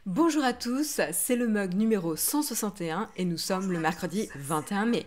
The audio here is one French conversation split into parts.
Bonjour à tous, c'est le mug numéro 161 et nous sommes le mercredi 21 mai.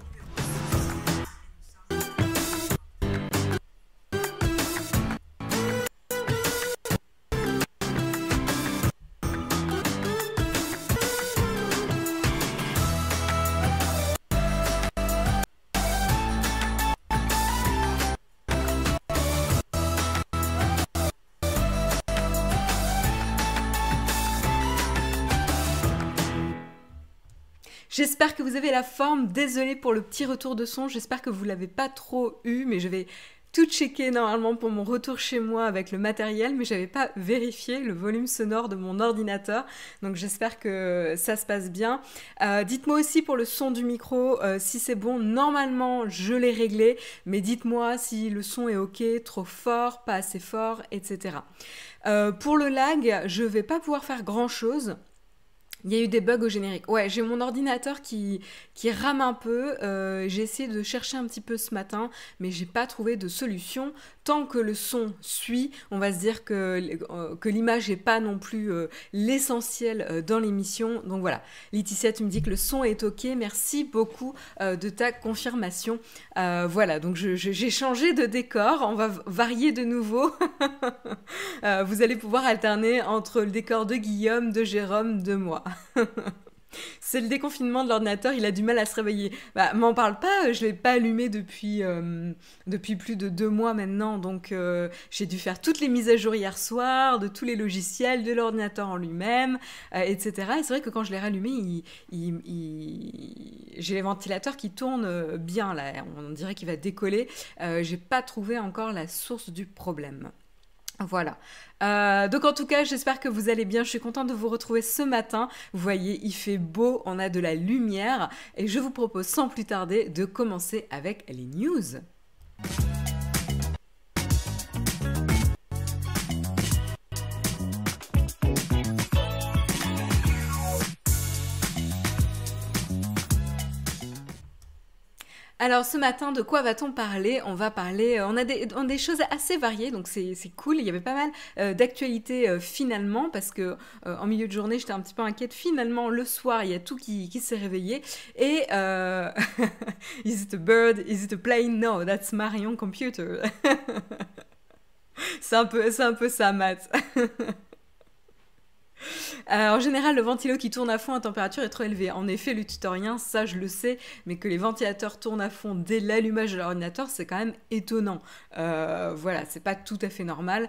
J'espère que vous avez la forme, désolée pour le petit retour de son, j'espère que vous l'avez pas trop eu, mais je vais tout checker normalement pour mon retour chez moi avec le matériel, mais j'avais pas vérifié le volume sonore de mon ordinateur, donc j'espère que ça se passe bien. Dites-moi aussi pour le son du micro si c'est bon, normalement je l'ai réglé, mais dites-moi si le son est ok, trop fort, pas assez fort, etc. Pour le lag, je vais pas pouvoir faire grand chose. Il y a eu des bugs au générique. Ouais, j'ai mon ordinateur qui rame un peu. J'ai essayé de chercher un petit peu ce matin, mais j'ai pas trouvé de solution. Tant que le son suit, on va se dire que l'image n'est pas non plus l'essentiel dans l'émission. Donc voilà, Laetitia, tu me dis que le son est ok. Merci beaucoup de ta confirmation. Voilà, donc j'ai changé de décor. On va varier de nouveau. Vous allez pouvoir alterner entre le décor de Guillaume, de Jérôme, de moi. C'est le déconfinement de l'ordinateur, il a du mal à se réveiller. Bah, m'en parle pas, je l'ai pas allumé depuis plus de 2 mois maintenant, donc j'ai dû faire toutes les mises à jour hier soir, de tous les logiciels, de l'ordinateur en lui-même, etc. Et c'est vrai que quand je l'ai rallumé, j'ai les ventilateurs qui tournent bien là, on dirait qu'il va décoller. J'ai pas trouvé encore la source du problème. Voilà. Donc en tout cas, j'espère que vous allez bien. Je suis contente de vous retrouver ce matin. Vous voyez, il fait beau, on a de la lumière. Et je vous propose sans plus tarder de commencer avec les news. Alors ce matin, de quoi va-t-on parler? On va parler, on a des choses assez variées, donc c'est cool. Il y avait pas mal d'actualités finalement, parce que en milieu de journée, j'étais un petit peu inquiète. Finalement, le soir, il y a tout qui s'est réveillé. Et is it a bird? Is it a plane? No, that's Marion Computer. C'est un peu ça, Matt. En général, le ventilo qui tourne à fond à température est trop élevée. En effet, le tutorien, ça je le sais, mais que les ventilateurs tournent à fond dès l'allumage de l'ordinateur, c'est quand même étonnant. Voilà, c'est pas tout à fait normal.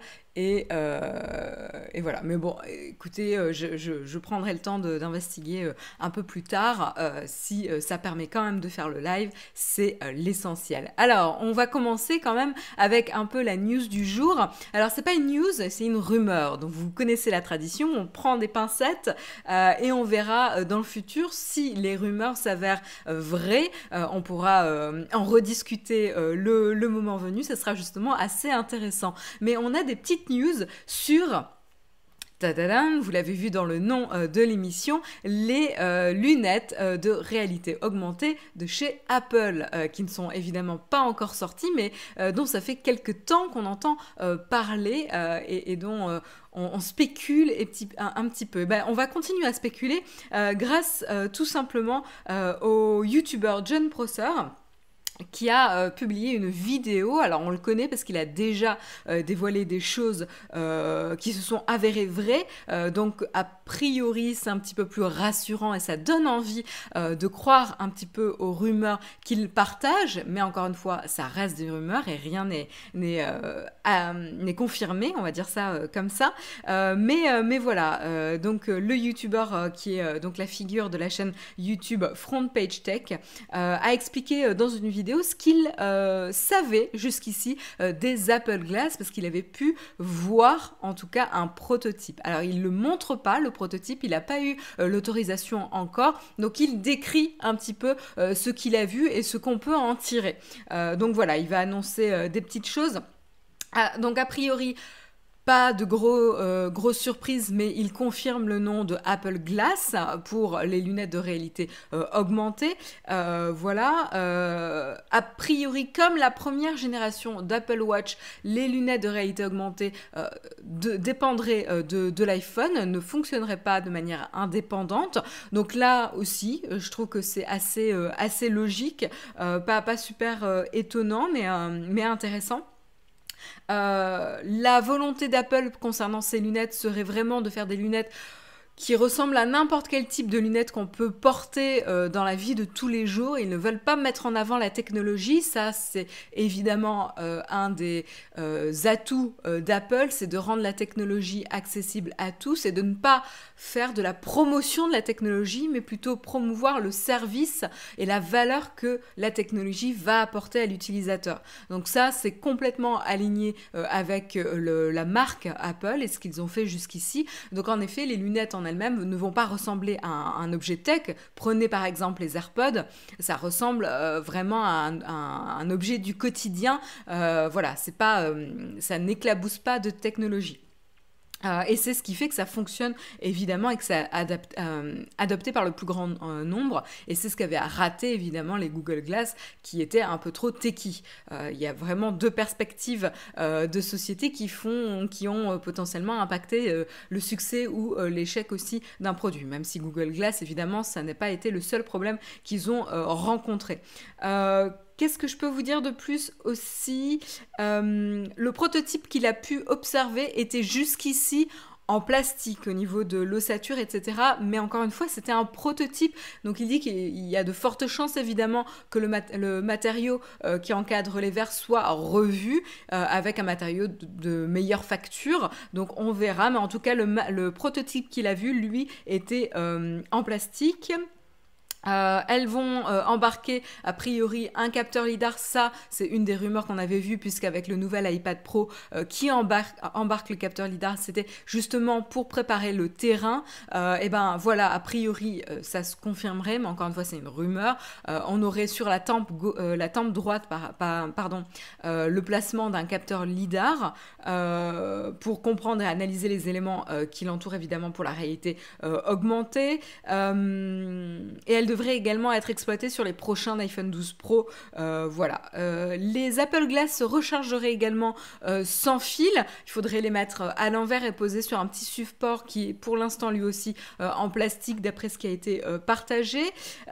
Et voilà. Mais bon, écoutez, je prendrai le temps d'investiguer un peu plus tard. Si ça permet quand même de faire le live, c'est l'essentiel. Alors, on va commencer quand même avec un peu la news du jour. Alors, c'est pas une news, c'est une rumeur. Donc, vous connaissez la tradition, on prend des pincettes et on verra dans le futur si les rumeurs s'avèrent vraies. On pourra en rediscuter le moment venu. Ça sera justement assez intéressant. Mais on a des petites news sur... Tadadam, vous l'avez vu dans le nom de l'émission, les lunettes de réalité augmentée de chez Apple, qui ne sont évidemment pas encore sorties, mais dont ça fait quelques temps qu'on entend parler et dont on spécule un petit peu. Ben, on va continuer à spéculer grâce tout simplement au youtubeur John Prosser, qui a publié une vidéo. Alors on le connaît parce qu'il a déjà dévoilé des choses qui se sont avérées vraies, donc a priori c'est un petit peu plus rassurant et ça donne envie de croire un petit peu aux rumeurs qu'il partage, mais encore une fois ça reste des rumeurs et rien n'est confirmé, on va dire ça comme ça, mais voilà, donc le youtubeur qui est donc la figure de la chaîne YouTube Front Page Tech a expliqué dans une vidéo ce qu'il savait jusqu'ici des Apple Glass, parce qu'il avait pu voir en tout cas un prototype. Alors il ne le montre pas, le prototype, il n'a pas eu l'autorisation encore, donc il décrit un petit peu ce qu'il a vu et ce qu'on peut en tirer. Donc voilà, il va annoncer des petites choses. Donc a priori, Pas de grosse surprise, mais il confirme le nom de Apple Glass pour les lunettes de réalité augmentée. Voilà. A priori, comme la première génération d'Apple Watch, les lunettes de réalité augmentée dépendraient de l'iPhone, ne fonctionneraient pas de manière indépendante. Donc là aussi, je trouve que c'est assez logique, pas super étonnant, mais intéressant. La volonté d'Apple concernant ces lunettes serait vraiment de faire des lunettes qui ressemblent à n'importe quel type de lunettes qu'on peut porter dans la vie de tous les jours. Ils ne veulent pas mettre en avant la technologie. Ça, c'est évidemment un des atouts d'Apple, c'est de rendre la technologie accessible à tous et de ne pas faire de la promotion de la technologie, mais plutôt promouvoir le service et la valeur que la technologie va apporter à l'utilisateur. Donc ça, c'est complètement aligné avec la marque Apple et ce qu'ils ont fait jusqu'ici. Donc en effet, les lunettes en elles-mêmes ne vont pas ressembler à un objet tech. Prenez par exemple les AirPods, ça ressemble vraiment à un objet du quotidien. Voilà, c'est pas, ça n'éclabousse pas de technologie. Et c'est ce qui fait que ça fonctionne évidemment et que c'est adopté par le plus grand nombre. Et c'est ce qu'avaient raté évidemment les Google Glass qui étaient un peu trop techy. Il y a vraiment deux perspectives de société qui ont potentiellement impacté le succès ou l'échec aussi d'un produit. Même si Google Glass, évidemment, ça n'a pas été le seul problème qu'ils ont rencontré. Qu'est-ce que je peux vous dire de plus aussi ? Le prototype qu'il a pu observer était jusqu'ici en plastique au niveau de l'ossature, etc. Mais encore une fois, c'était un prototype. Donc il dit qu'il y a de fortes chances, évidemment, que le matériau qui encadre les verres soit revu avec un matériau de meilleure facture. Donc on verra. Mais en tout cas, le prototype qu'il a vu, lui, était en plastique. Elles vont embarquer a priori un capteur LiDAR, ça c'est une des rumeurs qu'on avait vues puisqu'avec le nouvel iPad Pro qui embarque le capteur LiDAR, c'était justement pour préparer le terrain. Et ben voilà, a priori ça se confirmerait, mais encore une fois c'est une rumeur. On aurait sur la tempe droite le placement d'un capteur LiDAR pour comprendre et analyser les éléments qui l'entourent évidemment pour la réalité augmentée. Et elle devrait également être exploitée sur les prochains iPhone 12 Pro. Voilà. Les Apple Glass se rechargeraient également sans fil. Il faudrait les mettre à l'envers et poser sur un petit support qui est pour l'instant lui aussi en plastique d'après ce qui a été partagé.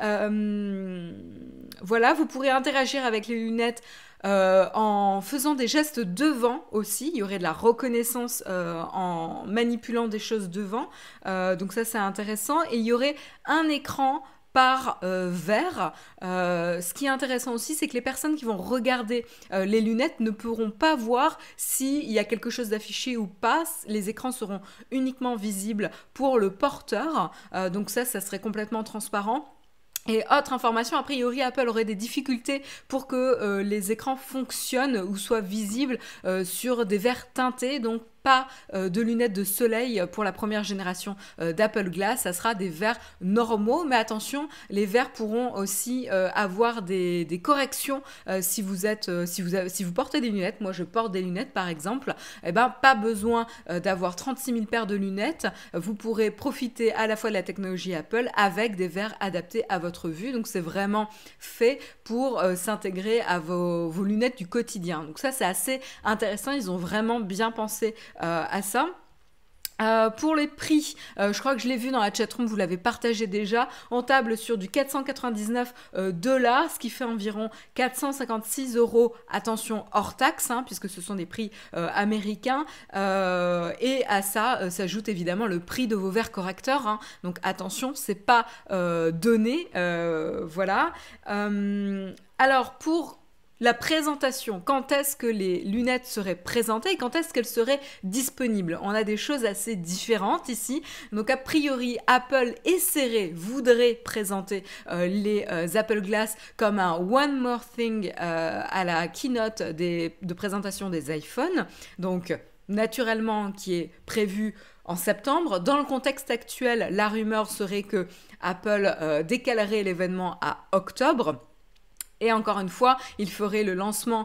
Voilà, vous pourrez interagir avec les lunettes en faisant des gestes devant aussi. Il y aurait de la reconnaissance en manipulant des choses devant. Donc ça, c'est intéressant. Et il y aurait un écran par verre. Ce qui est intéressant aussi, c'est que les personnes qui vont regarder les lunettes ne pourront pas voir s'il y a quelque chose d'affiché ou pas. Les écrans seront uniquement visibles pour le porteur. Donc ça serait complètement transparent. Et autre information, a priori, Apple aurait des difficultés pour que les écrans fonctionnent ou soient visibles sur des verres teintés, donc pas de lunettes de soleil pour la première génération d'Apple Glass, ça sera des verres normaux, mais attention, les verres pourront aussi avoir des corrections si vous portez des lunettes. Moi je porte des lunettes par exemple, eh ben pas besoin d'avoir 36 000 paires de lunettes, vous pourrez profiter à la fois de la technologie Apple avec des verres adaptés à votre vue, donc c'est vraiment fait pour s'intégrer à vos lunettes du quotidien. Donc ça c'est assez intéressant, ils ont vraiment bien pensé à ça. Pour les prix, je crois que je l'ai vu dans la chatroom, vous l'avez partagé déjà, on table sur du 499 $, ce qui fait environ 456 €, attention hors taxe, hein, puisque ce sont des prix américains, et à ça s'ajoute évidemment le prix de vos verres correcteurs, hein, donc attention, c'est pas donné, voilà. Alors pour la présentation, quand est-ce que les lunettes seraient présentées et quand est-ce qu'elles seraient disponibles? On a des choses assez différentes ici. Donc a priori, Apple voudrait présenter les Apple Glass comme un One More Thing à la keynote de présentation des iPhones. Donc naturellement qui est prévu en septembre. Dans le contexte actuel, la rumeur serait que Apple décalerait l'événement à octobre. Et encore une fois, il ferait le lancement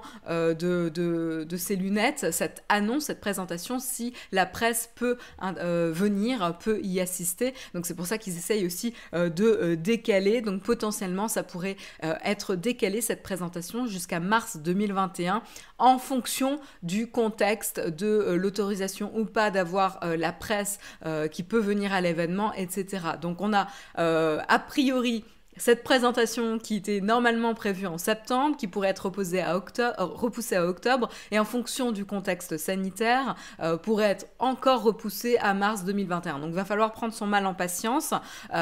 de ces lunettes, cette annonce, cette présentation, si la presse peut venir, peut y assister. Donc c'est pour ça qu'ils essayent aussi de décaler. Donc potentiellement, ça pourrait être décalé, cette présentation, jusqu'à mars 2021, en fonction du contexte, de l'autorisation ou pas d'avoir la presse qui peut venir à l'événement, etc. Donc on a a priori cette présentation qui était normalement prévue en septembre, qui pourrait être repoussée à octobre, et en fonction du contexte sanitaire, pourrait être encore repoussée à mars 2021. Donc il va falloir prendre son mal en patience.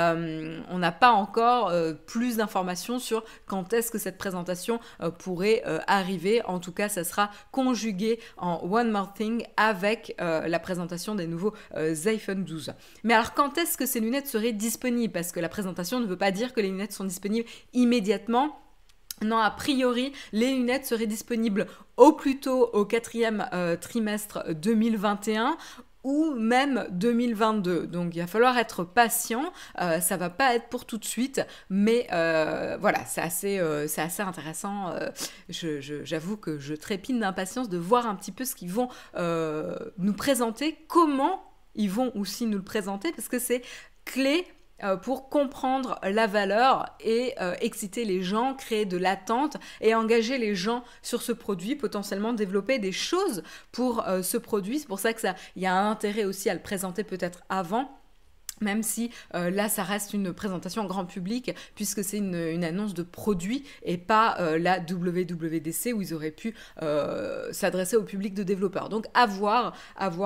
On n'a pas encore plus d'informations sur quand est-ce que cette présentation pourrait arriver. En tout cas, ça sera conjugué en One More Thing avec la présentation des nouveaux iPhone 12. Mais alors, quand est-ce que ces lunettes seraient disponibles? Parce que la présentation ne veut pas dire que les lunettes sont disponibles immédiatement. Non, a priori, les lunettes seraient disponibles au plus tôt au 4e trimestre 2021 ou même 2022. Donc il va falloir être patient, ça va pas être pour tout de suite, mais voilà, c'est assez intéressant. J'avoue que je trépine d'impatience de voir un petit peu ce qu'ils vont nous présenter, comment ils vont aussi nous le présenter, parce que c'est clé pour comprendre la valeur et exciter les gens, créer de l'attente et engager les gens sur ce produit, potentiellement développer des choses pour ce produit. C'est pour ça qu'il y a un intérêt aussi à le présenter peut-être avant. Même si là, ça reste une présentation grand public, puisque c'est une annonce de produit et pas la WWDC où ils auraient pu s'adresser au public de développeurs. Donc, à voir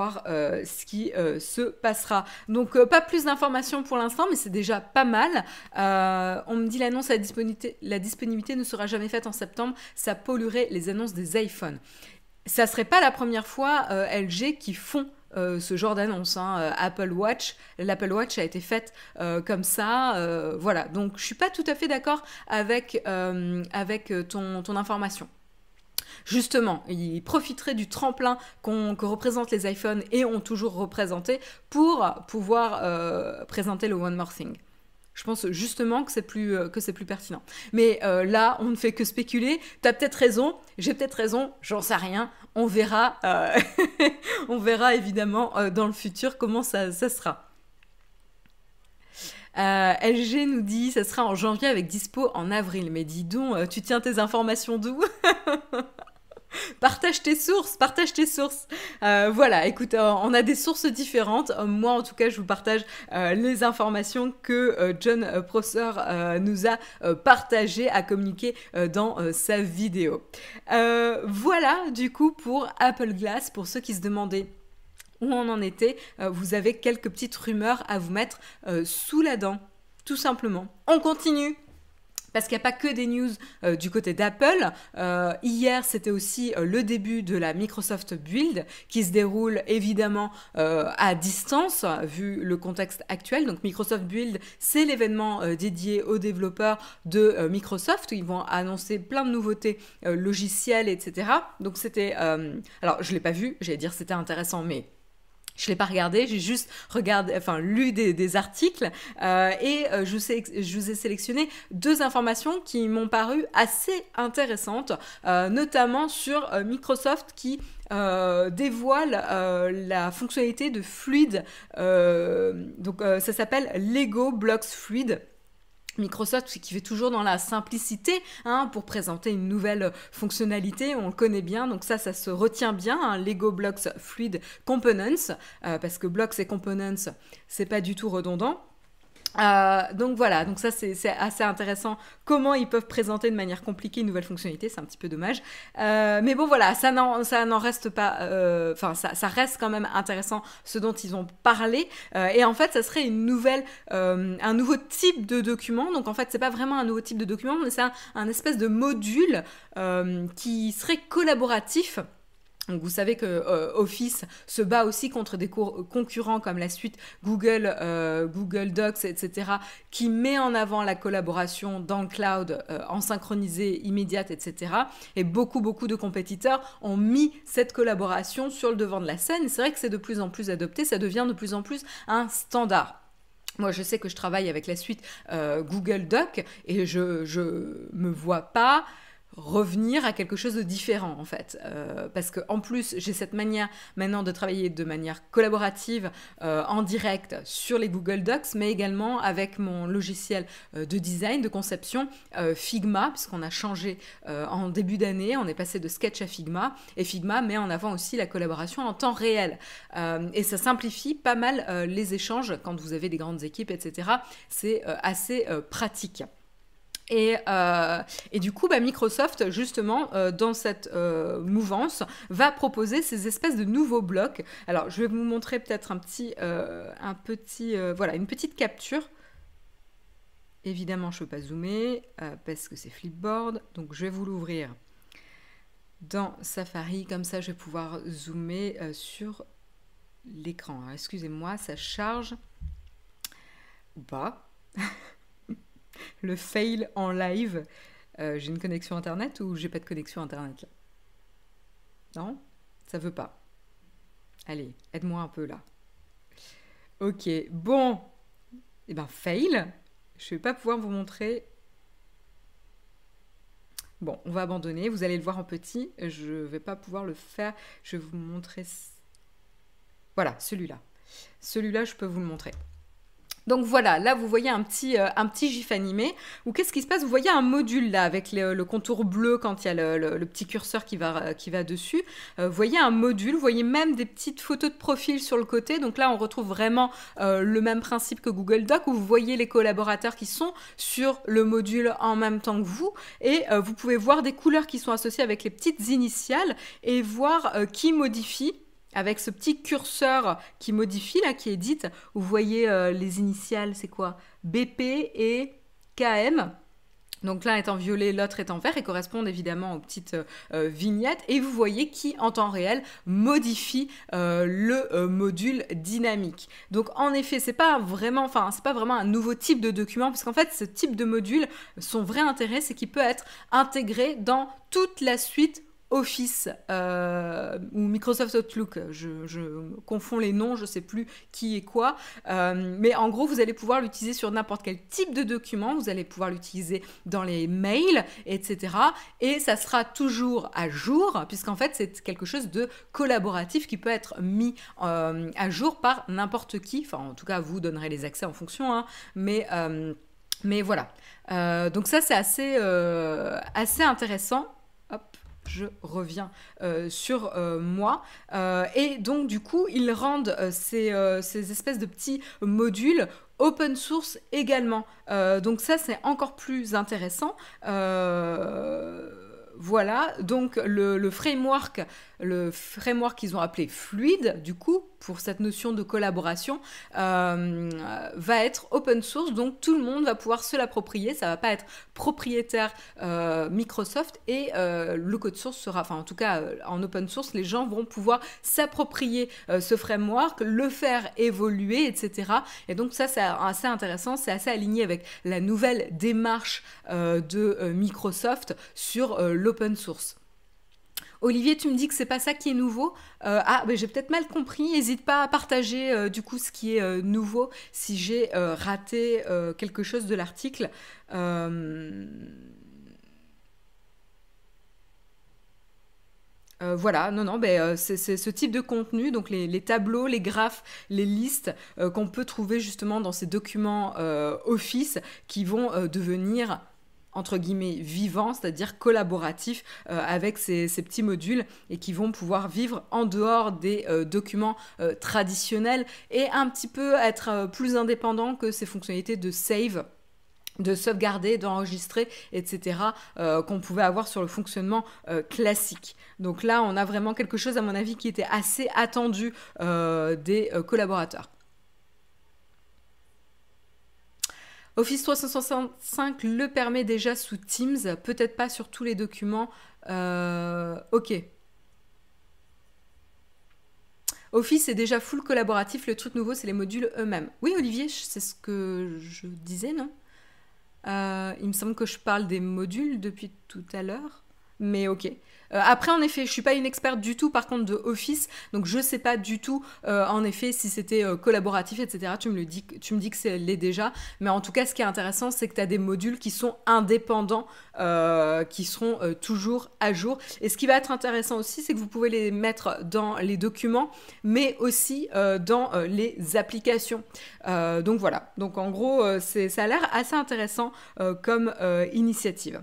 ce qui se passera. Donc, pas plus d'informations pour l'instant, mais c'est déjà pas mal. On me dit l'annonce, la disponibilité ne sera jamais faite en septembre. Ça polluerait les annonces des iPhones. Ça serait pas la première fois LG qui font ce genre d'annonce, hein. L'Apple Watch a été faite comme ça, voilà. Donc je suis pas tout à fait d'accord avec ton information. Justement, ils profiteraient du tremplin que représentent les iPhones et ont toujours représenté pour pouvoir présenter le One More Thing. Je pense justement que c'est plus pertinent. Mais là, on ne fait que spéculer. T'as peut-être raison, j'ai peut-être raison, j'en sais rien. On verra, on verra évidemment dans le futur comment ça sera. LG nous dit ça sera en janvier avec dispo en avril. Mais dis donc, tu tiens tes informations d'où? Partage tes sources. Voilà, écoute, on a des sources différentes. Moi, en tout cas, je vous partage les informations que John Prosser nous a partagées, a communiquées dans sa vidéo. Voilà, du coup, pour Apple Glass, pour ceux qui se demandaient où on en était, vous avez quelques petites rumeurs à vous mettre sous la dent, tout simplement. On continue! Parce qu'il n'y a pas que des news du côté d'Apple. Hier, c'était aussi le début de la Microsoft Build qui se déroule évidemment à distance, vu le contexte actuel. Donc Microsoft Build, c'est l'événement dédié aux développeurs de Microsoft où ils vont annoncer plein de nouveautés logicielles, etc. Donc c'était... alors, je ne l'ai pas vu, j'allais dire c'était intéressant, mais... je ne l'ai pas regardé, j'ai juste lu des articles et je vous ai sélectionné 2 informations qui m'ont paru assez intéressantes, notamment sur Microsoft qui dévoile la fonctionnalité de Fluid. Ça s'appelle Lego Blocks Fluid. Microsoft qui fait toujours dans la simplicité pour présenter une nouvelle fonctionnalité, on le connaît bien, donc ça se retient bien, Lego Blocks Fluid Components, parce que Blocks et Components, c'est pas du tout redondant. Donc voilà, donc ça c'est assez intéressant comment ils peuvent présenter de manière compliquée une nouvelle fonctionnalité, c'est un petit peu dommage, mais bon voilà, ça n'en reste pas, ça reste quand même intéressant ce dont ils ont parlé, et en fait ça serait un nouveau type de document. Donc en fait c'est pas vraiment un nouveau type de document, mais c'est un espèce de module qui serait collaboratif. Donc vous savez que Office se bat aussi contre des concurrents comme la suite Google Docs, etc., qui met en avant la collaboration dans le cloud en synchronisé immédiate, etc. Et beaucoup de compétiteurs ont mis cette collaboration sur le devant de la scène. Et c'est vrai que c'est de plus en plus adopté, ça devient de plus en plus un standard. Moi, je sais que je travaille avec la suite Google Doc et je me vois pas revenir à quelque chose de différent en fait. Parce que en plus j'ai cette manière maintenant de travailler de manière collaborative en direct sur les Google Docs, mais également avec mon logiciel de design, de conception Figma, puisqu'on a changé en début d'année, on est passé de Sketch à Figma, et Figma met en avant aussi la collaboration en temps réel. Et ça simplifie pas mal les échanges quand vous avez des grandes équipes, etc. C'est assez pratique. Et du coup, Microsoft, justement, dans cette mouvance, va proposer ces espèces de nouveaux blocs. Alors, je vais vous montrer peut-être voilà, une petite capture. Évidemment, je ne peux pas zoomer parce que c'est Flipboard. Donc, je vais vous l'ouvrir dans Safari. Comme ça, je vais pouvoir zoomer sur l'écran. Alors, excusez-moi, ça charge ou pas. Le fail en live. J'ai une connexion internet ou j'ai pas de connexion internet là? Non? Ça veut pas. Allez, aide-moi un peu là. Ok, bon. Eh ben, fail. Je vais pas pouvoir vous montrer. Bon, on va abandonner. Vous allez le voir en petit. Je vais pas pouvoir le faire. Je vais vous montrer. Voilà, celui-là. Celui-là, je peux vous le montrer. Donc voilà, là vous voyez un petit gif animé, ou qu'est-ce qui se passe? Vous voyez un module là avec le contour bleu quand il y a le petit curseur qui va dessus. Vous voyez un module, vous voyez même des petites photos de profil sur le côté. Donc là on retrouve vraiment le même principe que Google Doc, où vous voyez les collaborateurs qui sont sur le module en même temps que vous. Et vous pouvez voir des couleurs qui sont associées avec les petites initiales et voir qui modifie. Avec ce petit curseur qui modifie, là, qui édite, vous voyez les initiales, c'est quoi? BP et KM. Donc l'un est en violet, l'autre est en vert et correspondent évidemment aux petites vignettes. Et vous voyez qui, en temps réel, modifie le module dynamique. Donc en effet, c'est pas vraiment un nouveau type de document, parce qu'en fait, ce type de module, son vrai intérêt, c'est qu'il peut être intégré dans toute la suite Office ou Microsoft Outlook, je confonds les noms, je sais plus qui est quoi, mais en gros vous allez pouvoir l'utiliser sur n'importe quel type de document, vous allez pouvoir l'utiliser dans les mails, etc. Et ça sera toujours à jour, puisqu'en fait c'est quelque chose de collaboratif qui peut être mis à jour par n'importe qui, enfin en tout cas vous donnerez les accès en fonction, hein, mais voilà. Donc ça c'est assez intéressant. Hop. Je reviens sur moi. Et donc, du coup, ils rendent ces espèces de petits modules open source également. Donc ça, c'est encore plus intéressant. Voilà, donc le framework qu'ils ont appelé Fluid, du coup, pour cette notion de collaboration, va être open source, donc tout le monde va pouvoir se l'approprier, ça va pas être propriétaire Microsoft, et le code source sera, enfin en tout cas en open source, les gens vont pouvoir s'approprier ce framework, le faire évoluer, etc. Et donc ça c'est assez intéressant, c'est assez aligné avec la nouvelle démarche de Microsoft sur l'open source. Olivier, tu me dis que c'est pas ça qui est nouveau. J'ai peut-être mal compris. N'hésite pas à partager du coup ce qui est nouveau si j'ai raté quelque chose de l'article. Voilà, non, c'est ce type de contenu, donc les tableaux, les graphes, les listes qu'on peut trouver justement dans ces documents Office qui vont devenir entre guillemets vivants, c'est-à-dire collaboratifs avec ces petits modules et qui vont pouvoir vivre en dehors des documents traditionnels et un petit peu être plus indépendants que ces fonctionnalités de save, de sauvegarder, d'enregistrer, etc. Qu'on pouvait avoir sur le fonctionnement classique. Donc là, on a vraiment quelque chose, à mon avis, qui était assez attendu des collaborateurs. Office 365 le permet déjà sous Teams, peut-être pas sur tous les documents. Ok. Office est déjà full collaboratif, le truc nouveau, c'est les modules eux-mêmes. Oui, Olivier, c'est ce que je disais, non? Il me semble que je parle des modules depuis tout à l'heure. mais ok. Après, en effet, je suis pas une experte du tout, par contre, de Office, donc je sais pas du tout, en effet, si c'était collaboratif, etc. Tu me dis que c'est l'est déjà, mais en tout cas, ce qui est intéressant, c'est que tu as des modules qui sont indépendants, qui seront toujours à jour. Et ce qui va être intéressant aussi, c'est que vous pouvez les mettre dans les documents, mais aussi dans les applications. Donc voilà. Donc en gros, ça a l'air assez intéressant comme initiative.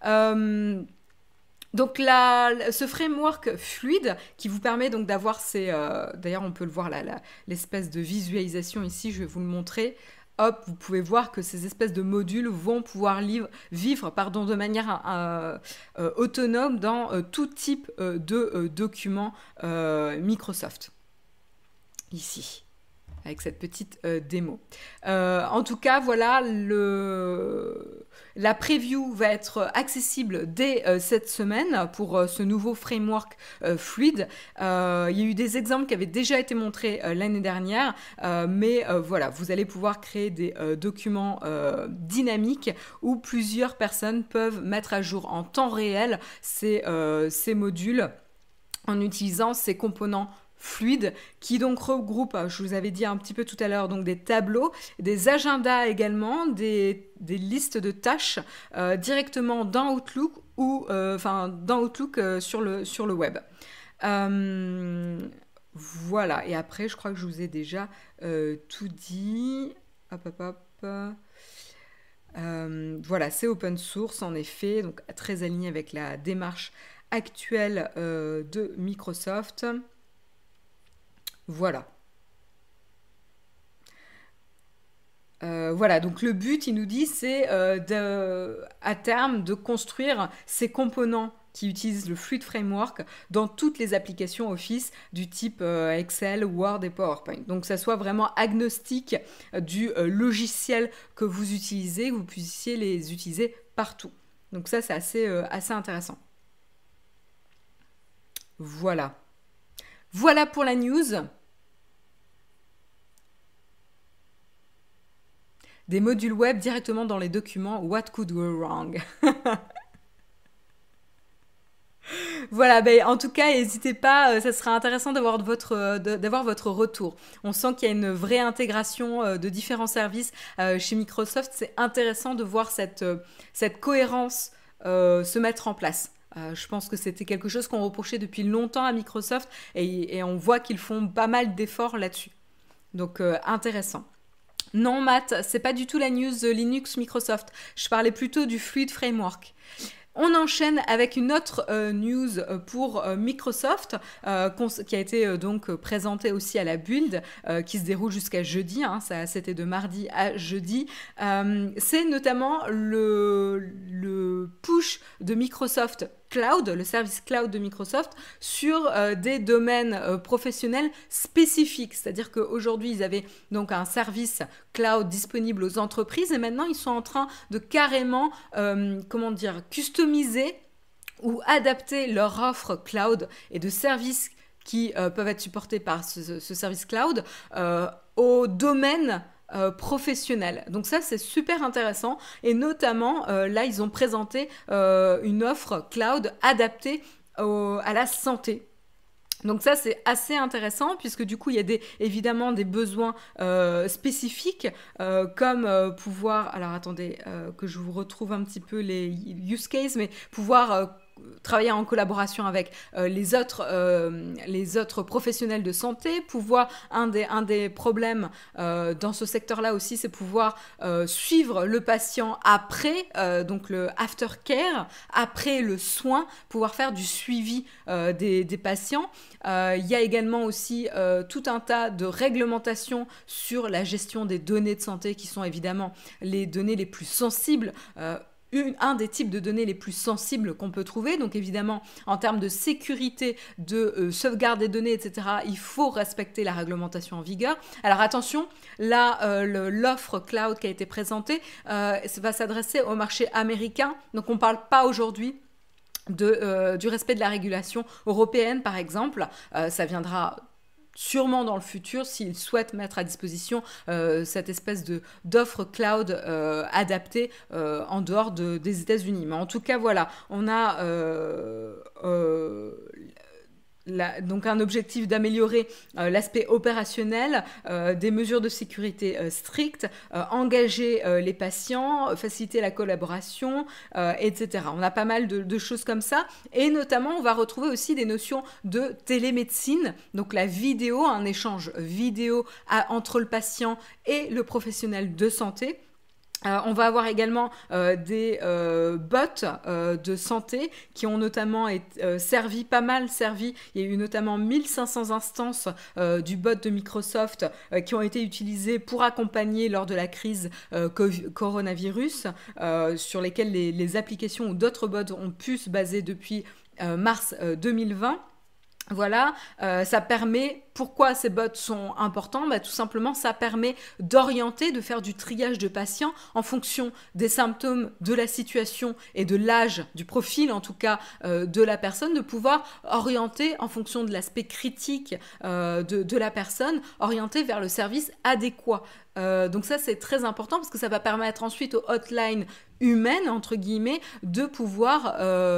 Donc ce framework fluide qui vous permet donc d'avoir d'ailleurs on peut le voir là, l'espèce de visualisation ici, je vais vous le montrer. Hop, vous pouvez voir que ces espèces de modules vont pouvoir vivre de manière autonome dans tout type de documents Microsoft. Ici avec cette petite démo. En tout cas, voilà, la preview va être accessible dès cette semaine pour ce nouveau framework fluide. Il y a eu des exemples qui avaient déjà été montrés l'année dernière, mais voilà, vous allez pouvoir créer des documents dynamiques où plusieurs personnes peuvent mettre à jour en temps réel ces modules en utilisant ces composants fluide qui donc regroupe, je vous avais dit un petit peu tout à l'heure, donc des tableaux, des agendas également, des listes de tâches directement dans Outlook ou dans Outlook sur le web. Voilà, et après je crois que je vous ai déjà tout dit. Voilà, c'est open source en effet, donc très aligné avec la démarche actuelle de Microsoft. Voilà. Voilà, donc le but, il nous dit, c'est à terme de construire ces composants qui utilisent le Fluid Framework dans toutes les applications Office du type Excel, Word et PowerPoint. Donc ça soit vraiment agnostique du logiciel que vous utilisez, que vous puissiez les utiliser partout. Donc ça, c'est assez intéressant. Voilà. Voilà pour la news. Des modules web directement dans les documents. What could go wrong? Voilà, en tout cas, n'hésitez pas, ça sera intéressant d'avoir votre retour. On sent qu'il y a une vraie intégration de différents services chez Microsoft. C'est intéressant de voir cette cohérence se mettre en place. Je pense que c'était quelque chose qu'on reprochait depuis longtemps à Microsoft et on voit qu'ils font pas mal d'efforts là-dessus. Donc intéressant. Non, Matt, c'est pas du tout la news Linux Microsoft. Je parlais plutôt du Fluid Framework. On enchaîne avec une autre news pour Microsoft qui a été donc présentée aussi à la Build qui se déroule jusqu'à jeudi, c'était de mardi à jeudi. C'est notamment le push de Microsoft Cloud, le service cloud de Microsoft, sur des domaines professionnels spécifiques. C'est-à-dire qu'aujourd'hui, ils avaient donc un service cloud disponible aux entreprises et maintenant, ils sont en train de carrément, customiser ou adapter leur offre cloud et de services qui peuvent être supportés par ce service cloud au domaine professionnel. Donc ça, c'est super intéressant. Et notamment, là, ils ont présenté une offre cloud adaptée à la santé. Donc ça, c'est assez intéressant puisque du coup, il y a évidemment des besoins spécifiques comme pouvoir... Alors attendez, que je vous retrouve un petit peu les use cases, mais pouvoir... travailler en collaboration avec les autres professionnels de santé, un des problèmes dans ce secteur-là aussi, c'est pouvoir suivre le patient après, donc le aftercare, après le soin, pouvoir faire du suivi des patients. Il y a également aussi tout un tas de réglementations sur la gestion des données de santé qui sont évidemment les données les plus sensibles un des types de données les plus sensibles qu'on peut trouver. Donc évidemment, en termes de sécurité, de sauvegarde des données, etc., il faut respecter la réglementation en vigueur. Alors attention, là, l'offre cloud qui a été présentée va s'adresser au marché américain. Donc on ne parle pas aujourd'hui du respect de la régulation européenne, par exemple. Ça viendra sûrement dans le futur s'ils souhaitent mettre à disposition cette espèce d'offre cloud adaptée en dehors des États-Unis. Mais en tout cas, voilà, on a donc un objectif d'améliorer l'aspect opérationnel, des mesures de sécurité strictes, engager les patients, faciliter la collaboration, etc. On a pas mal de choses comme ça, et notamment on va retrouver aussi des notions de télémédecine, donc la vidéo, un échange vidéo entre le patient et le professionnel de santé. On va avoir également des bots de santé qui ont notamment pas mal servi. Il y a eu notamment 1500 instances du bot de Microsoft qui ont été utilisées pour accompagner lors de la crise coronavirus, sur lesquelles les applications ou d'autres bots ont pu se baser depuis mars 2020. Voilà, ça permet, pourquoi ces bots sont importants? Tout simplement, ça permet d'orienter, de faire du triage de patients en fonction des symptômes, de la situation et de l'âge, du profil en tout cas de la personne, de pouvoir orienter en fonction de l'aspect critique de la personne, orienter vers le service adéquat. Donc ça, c'est très important parce que ça va permettre ensuite aux hotlines humaines, entre guillemets, de pouvoir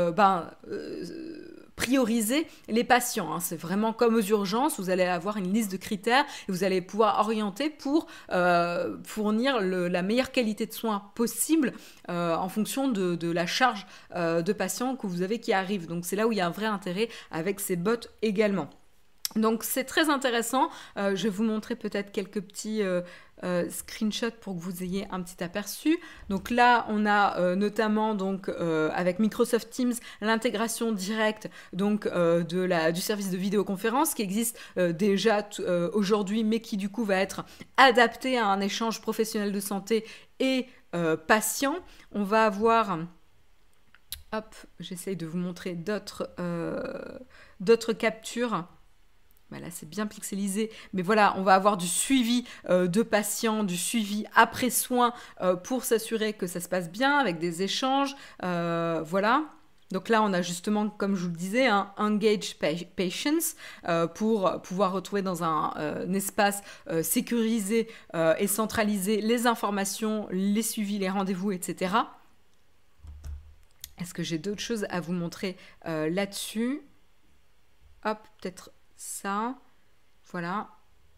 prioriser les patients. C'est vraiment comme aux urgences, vous allez avoir une liste de critères et vous allez pouvoir orienter pour fournir la meilleure qualité de soins possible en fonction de la charge de patients que vous avez qui arrivent. Donc c'est là où il y a un vrai intérêt avec ces bots également. Donc c'est très intéressant. Je vais vous montrer peut-être quelques petits screenshots pour que vous ayez un petit aperçu. Donc là, on a notamment donc avec Microsoft Teams l'intégration directe donc du service de vidéoconférence qui existe déjà aujourd'hui, mais qui du coup va être adapté à un échange professionnel de santé et patient. On va avoir hop, j'essaye de vous montrer d'autres captures. Là, c'est bien pixelisé, mais voilà, on va avoir du suivi de patients, du suivi après soins pour s'assurer que ça se passe bien avec des échanges. Voilà. Donc là, on a justement, comme je vous le disais, un Engage Patients pour pouvoir retrouver dans un espace sécurisé et centralisé les informations, les suivis, les rendez-vous, etc. Est-ce que j'ai d'autres choses à vous montrer là-dessus? Hop, peut-être ça, voilà.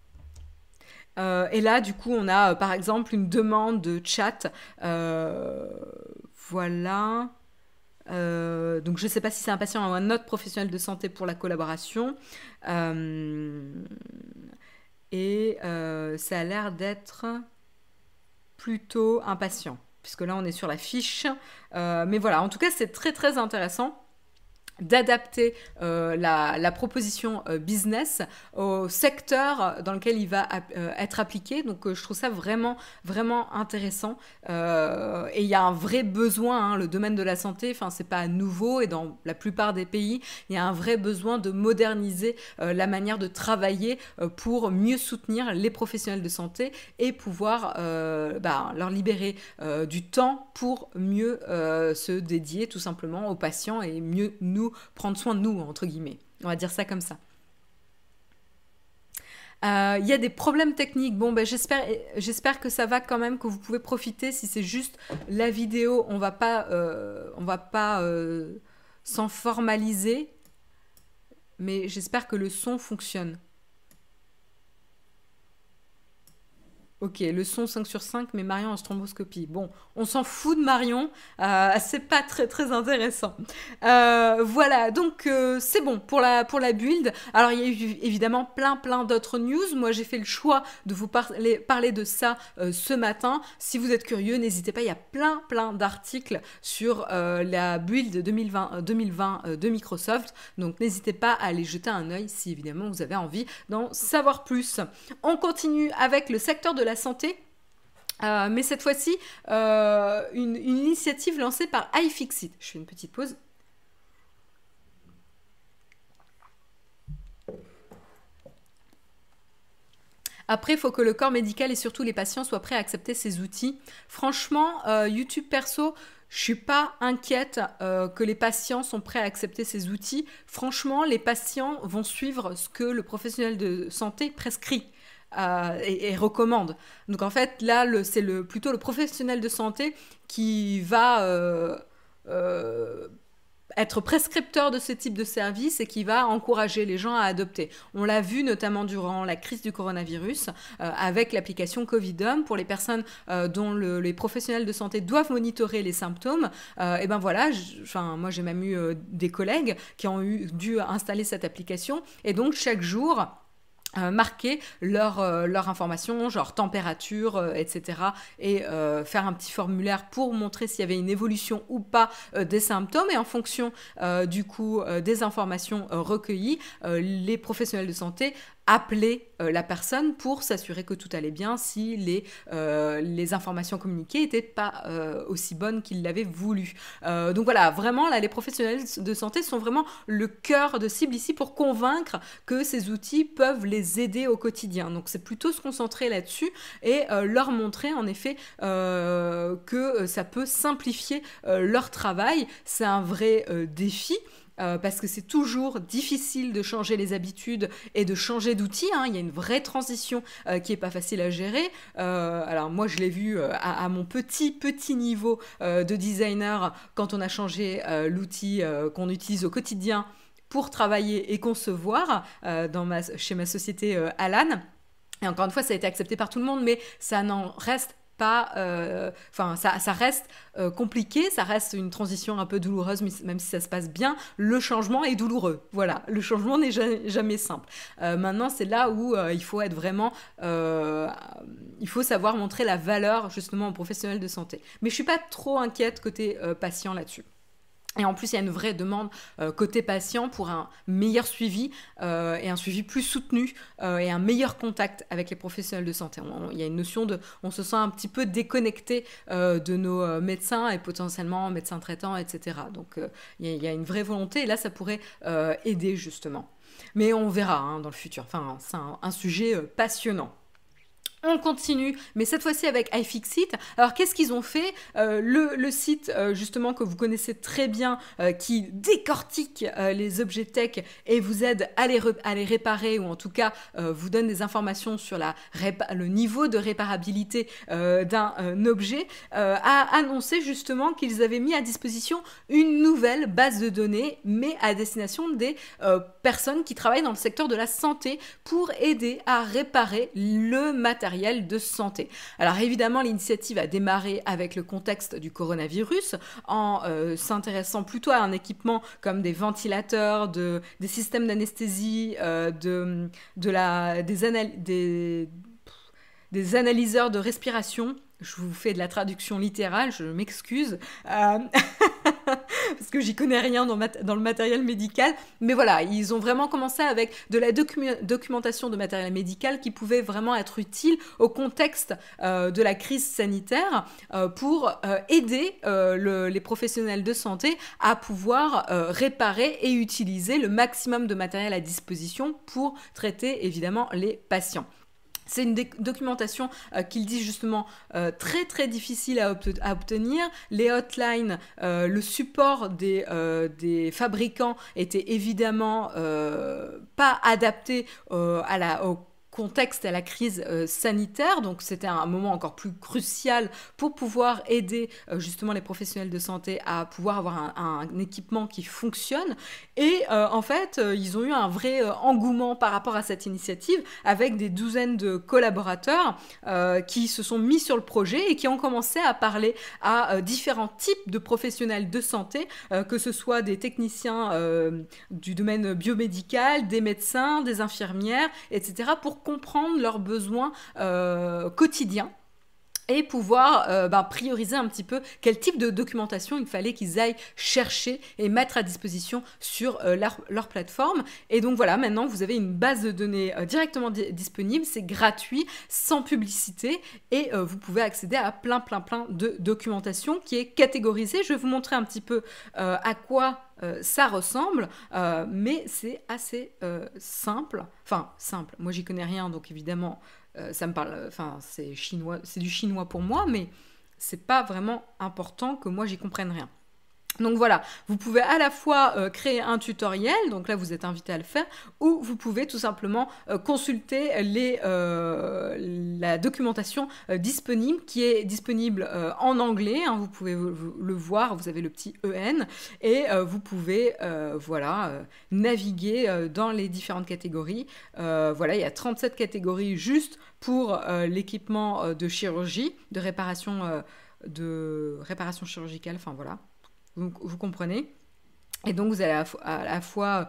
Et là, du coup, on a par exemple une demande de chat. Voilà. Donc, je ne sais pas si c'est un patient ou un autre professionnel de santé pour la collaboration. Et ça a l'air d'être plutôt un patient, puisque là, on est sur la fiche. Mais voilà, en tout cas, c'est très, très intéressant d'adapter la proposition business au secteur dans lequel il va être appliqué. Donc je trouve ça vraiment, vraiment intéressant. Et il y a un vrai besoin, le domaine de la santé, c'est pas nouveau et dans la plupart des pays, il y a un vrai besoin de moderniser la manière de travailler pour mieux soutenir les professionnels de santé et pouvoir leur libérer du temps pour mieux se dédier tout simplement aux patients et mieux prendre soin de nous, entre guillemets. On va dire ça comme ça. Il y a des problèmes techniques. Bon, j'espère que ça va quand même, que vous pouvez profiter. Si c'est juste la vidéo, on va pas s'en formaliser. Mais j'espère que le son fonctionne. Ok, le son 5 sur 5, mais Marion en stromboscopie. Bon, on s'en fout de Marion, c'est pas très très intéressant. Voilà, donc c'est bon pour la build. Alors il y a eu évidemment plein d'autres news. Moi j'ai fait le choix de vous parler de ça ce matin. Si vous êtes curieux, n'hésitez pas, il y a plein d'articles sur la build 2020 de Microsoft. Donc n'hésitez pas à aller jeter un œil si évidemment vous avez envie d'en savoir plus. On continue avec le secteur de la santé, mais cette fois-ci une initiative lancée par iFixit. Je fais une petite pause. Après, il faut que le corps médical et surtout les patients soient prêts à accepter ces outils. Franchement, YouTube perso, Je suis pas inquiète que les patients sont prêts à accepter ces outils. Franchement, les patients vont suivre ce que le professionnel de santé prescrit. Et recommande. Donc en fait, là, c'est plutôt le professionnel de santé qui va euh, être prescripteur de ce type de service et qui va encourager les gens à adopter. On l'a vu notamment durant la crise du coronavirus avec l'application Covidom pour les personnes dont les professionnels de santé doivent monitorer les symptômes. Et ben voilà, moi j'ai même eu des collègues qui ont dû installer cette application et donc chaque jour marquer leur information, genre température, etc. et faire un petit formulaire pour montrer s'il y avait une évolution ou pas des symptômes et en fonction du coup des informations recueillies, les professionnels de santé appeler la personne pour s'assurer que tout allait bien si les informations communiquées n'étaient pas aussi bonnes qu'ils l'avaient voulu. Donc voilà, vraiment, là, les professionnels de santé sont vraiment le cœur de cible ici pour convaincre que ces outils peuvent les aider au quotidien. Donc c'est plutôt se concentrer là-dessus et leur montrer en effet que ça peut simplifier leur travail. C'est un vrai défi. Parce que c'est toujours difficile de changer les habitudes et de changer d'outils. Il y a une vraie transition qui n'est pas facile à gérer. Alors moi, je l'ai vu à mon petit niveau de designer quand on a changé l'outil qu'on utilise au quotidien pour travailler et concevoir chez ma société Alan. Et encore une fois, ça a été accepté par tout le monde, mais ça n'en reste pas, ça reste compliqué, ça reste une transition un peu douloureuse, même si ça se passe bien, le changement est douloureux. Voilà, le changement n'est jamais simple. Maintenant, c'est là où il faut être vraiment, il faut savoir montrer la valeur justement aux professionnels de santé. Mais je suis pas trop inquiète côté patient là-dessus. Et en plus, il y a une vraie demande côté patient pour un meilleur suivi et un suivi plus soutenu et un meilleur contact avec les professionnels de santé. Il y a une notion on se sent un petit peu déconnecté de nos médecins et potentiellement médecins traitants, etc. Donc, il y a une vraie volonté et là, ça pourrait aider justement. Mais on verra dans le futur. Enfin, c'est un sujet passionnant. On continue, mais cette fois-ci avec iFixit. Alors, qu'est-ce qu'ils ont fait le site, justement, que vous connaissez très bien, qui décortique les objets tech et vous aide à les réparer, ou en tout cas, vous donne des informations sur le niveau de réparabilité d'un objet, a annoncé justement qu'ils avaient mis à disposition une nouvelle base de données, mais à destination des personnes qui travaillent dans le secteur de la santé pour aider à réparer le matériel de santé. Alors évidemment, l'initiative a démarré avec le contexte du coronavirus en s'intéressant plutôt à un équipement comme des ventilateurs, des systèmes d'anesthésie, des analyseurs de respiration. Je vous fais de la traduction littérale, je m'excuse, parce que j'y connais rien dans le matériel médical. Mais voilà, ils ont vraiment commencé avec de la documentation de matériel médical qui pouvait vraiment être utile au contexte de la crise sanitaire pour aider les professionnels de santé à pouvoir réparer et utiliser le maximum de matériel à disposition pour traiter évidemment les patients. C'est une documentation qu'ils disent justement très très difficile à obtenir. Les hotlines, le support des fabricants était évidemment pas adapté au contexte à la crise sanitaire, donc c'était un moment encore plus crucial pour pouvoir aider justement les professionnels de santé à pouvoir avoir un équipement qui fonctionne. Et en fait, ils ont eu un vrai engouement par rapport à cette initiative avec des douzaines de collaborateurs qui se sont mis sur le projet et qui ont commencé à parler à différents types de professionnels de santé, que ce soit des techniciens du domaine biomédical, des médecins, des infirmières, etc., pour comprendre leurs besoins quotidiens et pouvoir prioriser un petit peu quel type de documentation il fallait qu'ils aillent chercher et mettre à disposition sur leur plateforme. Et donc voilà, maintenant vous avez une base de données directement disponible, c'est gratuit, sans publicité, et vous pouvez accéder à plein de documentation qui est catégorisée. Je vais vous montrer un petit peu à quoi ça ressemble, mais c'est assez simple. Enfin, simple, moi j'y connais rien, donc évidemment ça me parle, c'est chinois, c'est du chinois pour moi, mais c'est pas vraiment important que moi j'y comprenne rien. Donc voilà, vous pouvez à la fois créer un tutoriel, donc là vous êtes invité à le faire, ou vous pouvez tout simplement consulter la documentation disponible, qui est disponible en anglais, hein, vous pouvez le voir, vous avez le petit EN, et vous pouvez naviguer dans les différentes catégories. Voilà, il y a 37 catégories juste pour l'équipement de chirurgie, de réparation chirurgicale, enfin voilà. Vous comprenez? Et donc, vous allez à la fois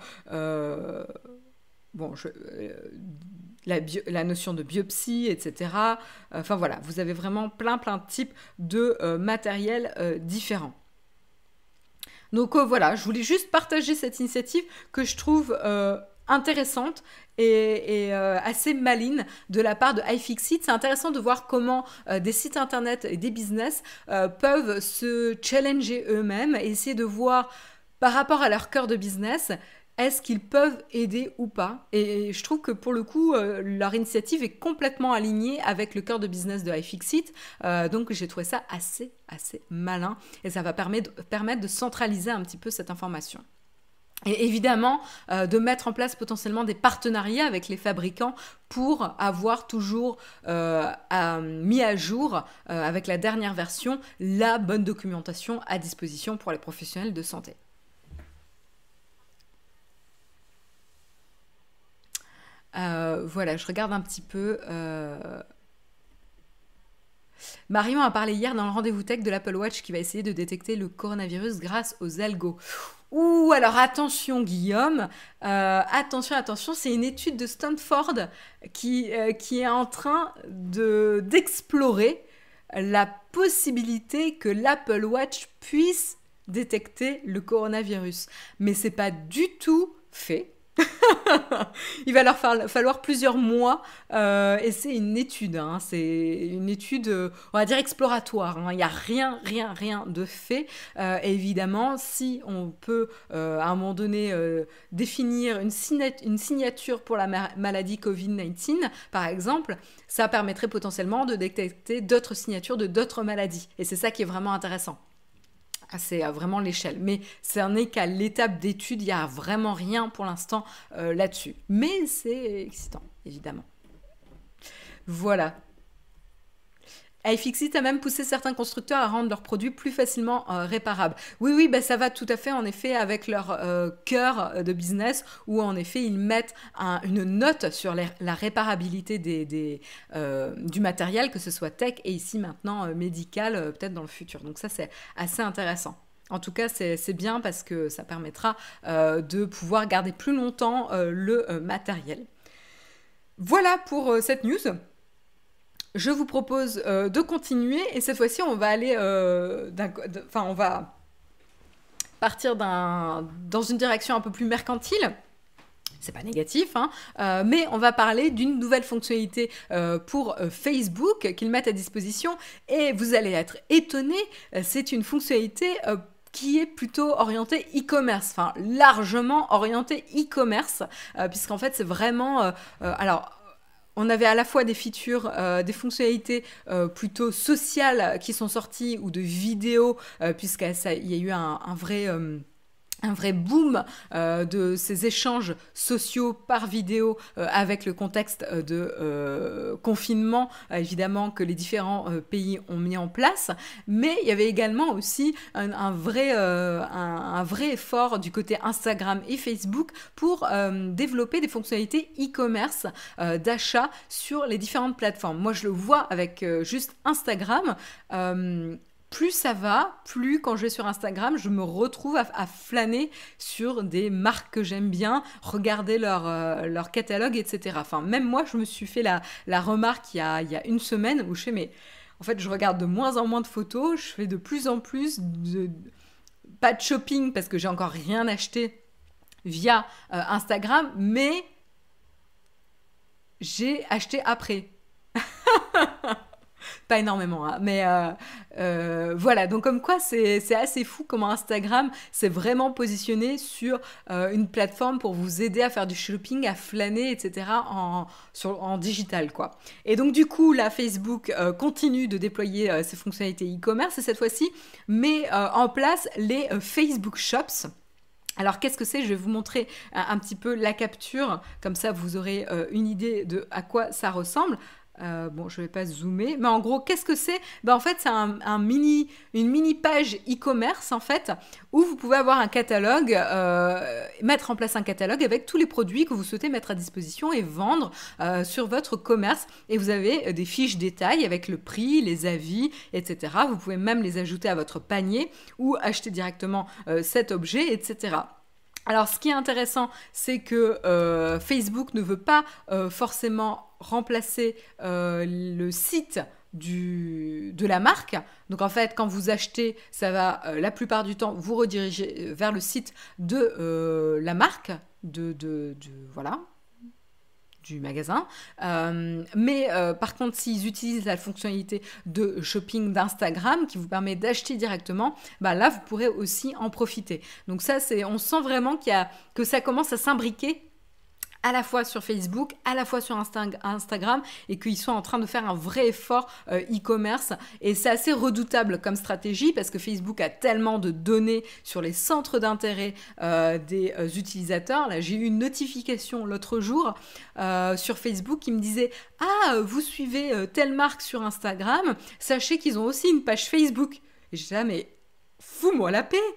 la notion de biopsie, etc. Enfin voilà, vous avez vraiment plein de types de matériel différents. Donc voilà, je voulais juste partager cette initiative que je trouve intéressante et assez maligne de la part de iFixit. C'est intéressant de voir comment des sites internet et des business peuvent se challenger eux-mêmes et essayer de voir par rapport à leur cœur de business, est-ce qu'ils peuvent aider ou pas. Et je trouve que pour le coup, leur initiative est complètement alignée avec le cœur de business de iFixit. Donc j'ai trouvé ça assez malin et ça va permettre de centraliser un petit peu cette information. Et évidemment, de mettre en place potentiellement des partenariats avec les fabricants pour avoir toujours mis à jour, avec la dernière version, la bonne documentation à disposition pour les professionnels de santé. Voilà, je regarde un petit peu... Marion a parlé hier dans le rendez-vous tech de l'Apple Watch qui va essayer de détecter le coronavirus grâce aux algos. Ouh, alors attention Guillaume, attention, c'est une étude de Stanford qui est en train d'explorer la possibilité que l'Apple Watch puisse détecter le coronavirus. Mais c'est pas du tout fait. Il va leur falloir plusieurs mois et c'est une étude, hein, c'est une étude, on va dire exploratoire, hein. Il n'y a rien de fait. Et évidemment, si on peut à un moment donné définir une signature pour la maladie Covid-19, par exemple, ça permettrait potentiellement de détecter d'autres signatures de d'autres maladies. Et c'est ça qui est vraiment intéressant. C'est vraiment l'échelle. Mais ça n'est qu'à l'étape d'étude, il n'y a vraiment rien pour l'instant là-dessus. Mais c'est excitant, évidemment. Voilà. iFixit a même poussé certains constructeurs à rendre leurs produits plus facilement réparables. Oui, bah, ça va tout à fait en effet avec leur cœur de business où en effet ils mettent une note sur la réparabilité du matériel, que ce soit tech et ici maintenant médical peut-être dans le futur. Donc ça c'est assez intéressant. En tout cas, c'est bien parce que ça permettra de pouvoir garder plus longtemps le matériel. Voilà pour cette news. Je vous propose de continuer et cette fois-ci on va aller, on va partir dans une direction un peu plus mercantile. C'est pas négatif, hein, mais on va parler d'une nouvelle fonctionnalité pour Facebook qu'ils mettent à disposition et vous allez être étonnés, c'est une fonctionnalité qui est plutôt orientée e-commerce, enfin largement orientée e-commerce, puisqu'en fait c'est vraiment... on avait à la fois des features, des fonctionnalités plutôt sociales qui sont sorties ou de vidéos, puisqu'il y a eu un vrai boom de ces échanges sociaux par vidéo avec le contexte de confinement, évidemment, que les différents pays ont mis en place. Mais il y avait également aussi un vrai effort du côté Instagram et Facebook pour développer des fonctionnalités e-commerce d'achat sur les différentes plateformes. Moi, je le vois avec juste Instagram. Plus ça va, plus quand je vais sur Instagram, je me retrouve à flâner sur des marques que j'aime bien, regarder leur catalogue, etc. Enfin, même moi, je me suis fait la remarque il y a une semaine où je fais, mais en fait, je regarde de moins en moins de photos, je fais de plus en plus pas de shopping parce que j'ai encore rien acheté via Instagram, mais j'ai acheté après. pas énormément, hein, mais voilà. Donc comme quoi, c'est assez fou comment Instagram s'est vraiment positionné sur une plateforme pour vous aider à faire du shopping, à flâner, etc. en digital, quoi. Et donc du coup, là, Facebook continue de déployer ses fonctionnalités e-commerce et cette fois-ci met en place les Facebook Shops. Alors qu'est-ce que c'est? Je vais vous montrer un petit peu la capture, comme ça vous aurez une idée de à quoi ça ressemble. Bon, je ne vais pas zoomer, mais en gros, qu'est-ce que c'est? Ben, en fait, c'est une mini page e-commerce, en fait, où vous pouvez avoir un catalogue, mettre en place un catalogue avec tous les produits que vous souhaitez mettre à disposition et vendre sur votre commerce. Et vous avez des fiches détails avec le prix, les avis, etc. Vous pouvez même les ajouter à votre panier ou acheter directement cet objet, etc. Alors, ce qui est intéressant, c'est que Facebook ne veut pas forcément remplacer le site de la marque. Donc, en fait, quand vous achetez, ça va la plupart du temps vous rediriger vers le site de la marque, voilà, du magasin. Mais par contre, s'ils utilisent la fonctionnalité de shopping d'Instagram qui vous permet d'acheter directement, bah là, vous pourrez aussi en profiter. Donc ça, on sent vraiment que ça commence à s'imbriquer à la fois sur Facebook, à la fois sur Instagram, et qu'ils sont en train de faire un vrai effort e-commerce. Et c'est assez redoutable comme stratégie parce que Facebook a tellement de données sur les centres d'intérêt des utilisateurs. Là, j'ai eu une notification l'autre jour sur Facebook qui me disait « Ah, vous suivez telle marque sur Instagram, sachez qu'ils ont aussi une page Facebook. » Et j'étais là, mais fous-moi la paix.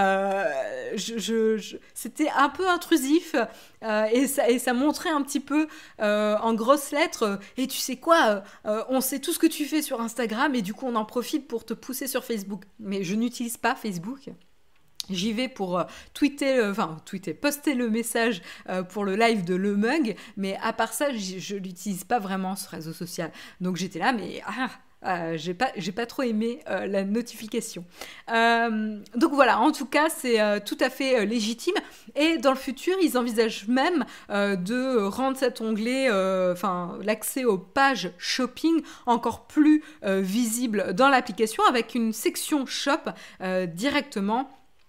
C'était un peu intrusif et ça montrait un petit peu en grosses lettres et tu sais quoi, on sait tout ce que tu fais sur Instagram et du coup on en profite pour te pousser sur Facebook. Mais je n'utilise pas Facebook. J'y vais pour poster le message pour le live de Le Mug, mais à part ça, je l'utilise pas vraiment ce réseau social. Donc j'étais là, mais j'ai pas trop aimé la notification. Donc voilà, en tout cas, c'est tout à fait légitime. Et dans le futur, ils envisagent même de rendre cet onglet, l'accès aux pages shopping encore plus visible dans l'application avec une section shop directement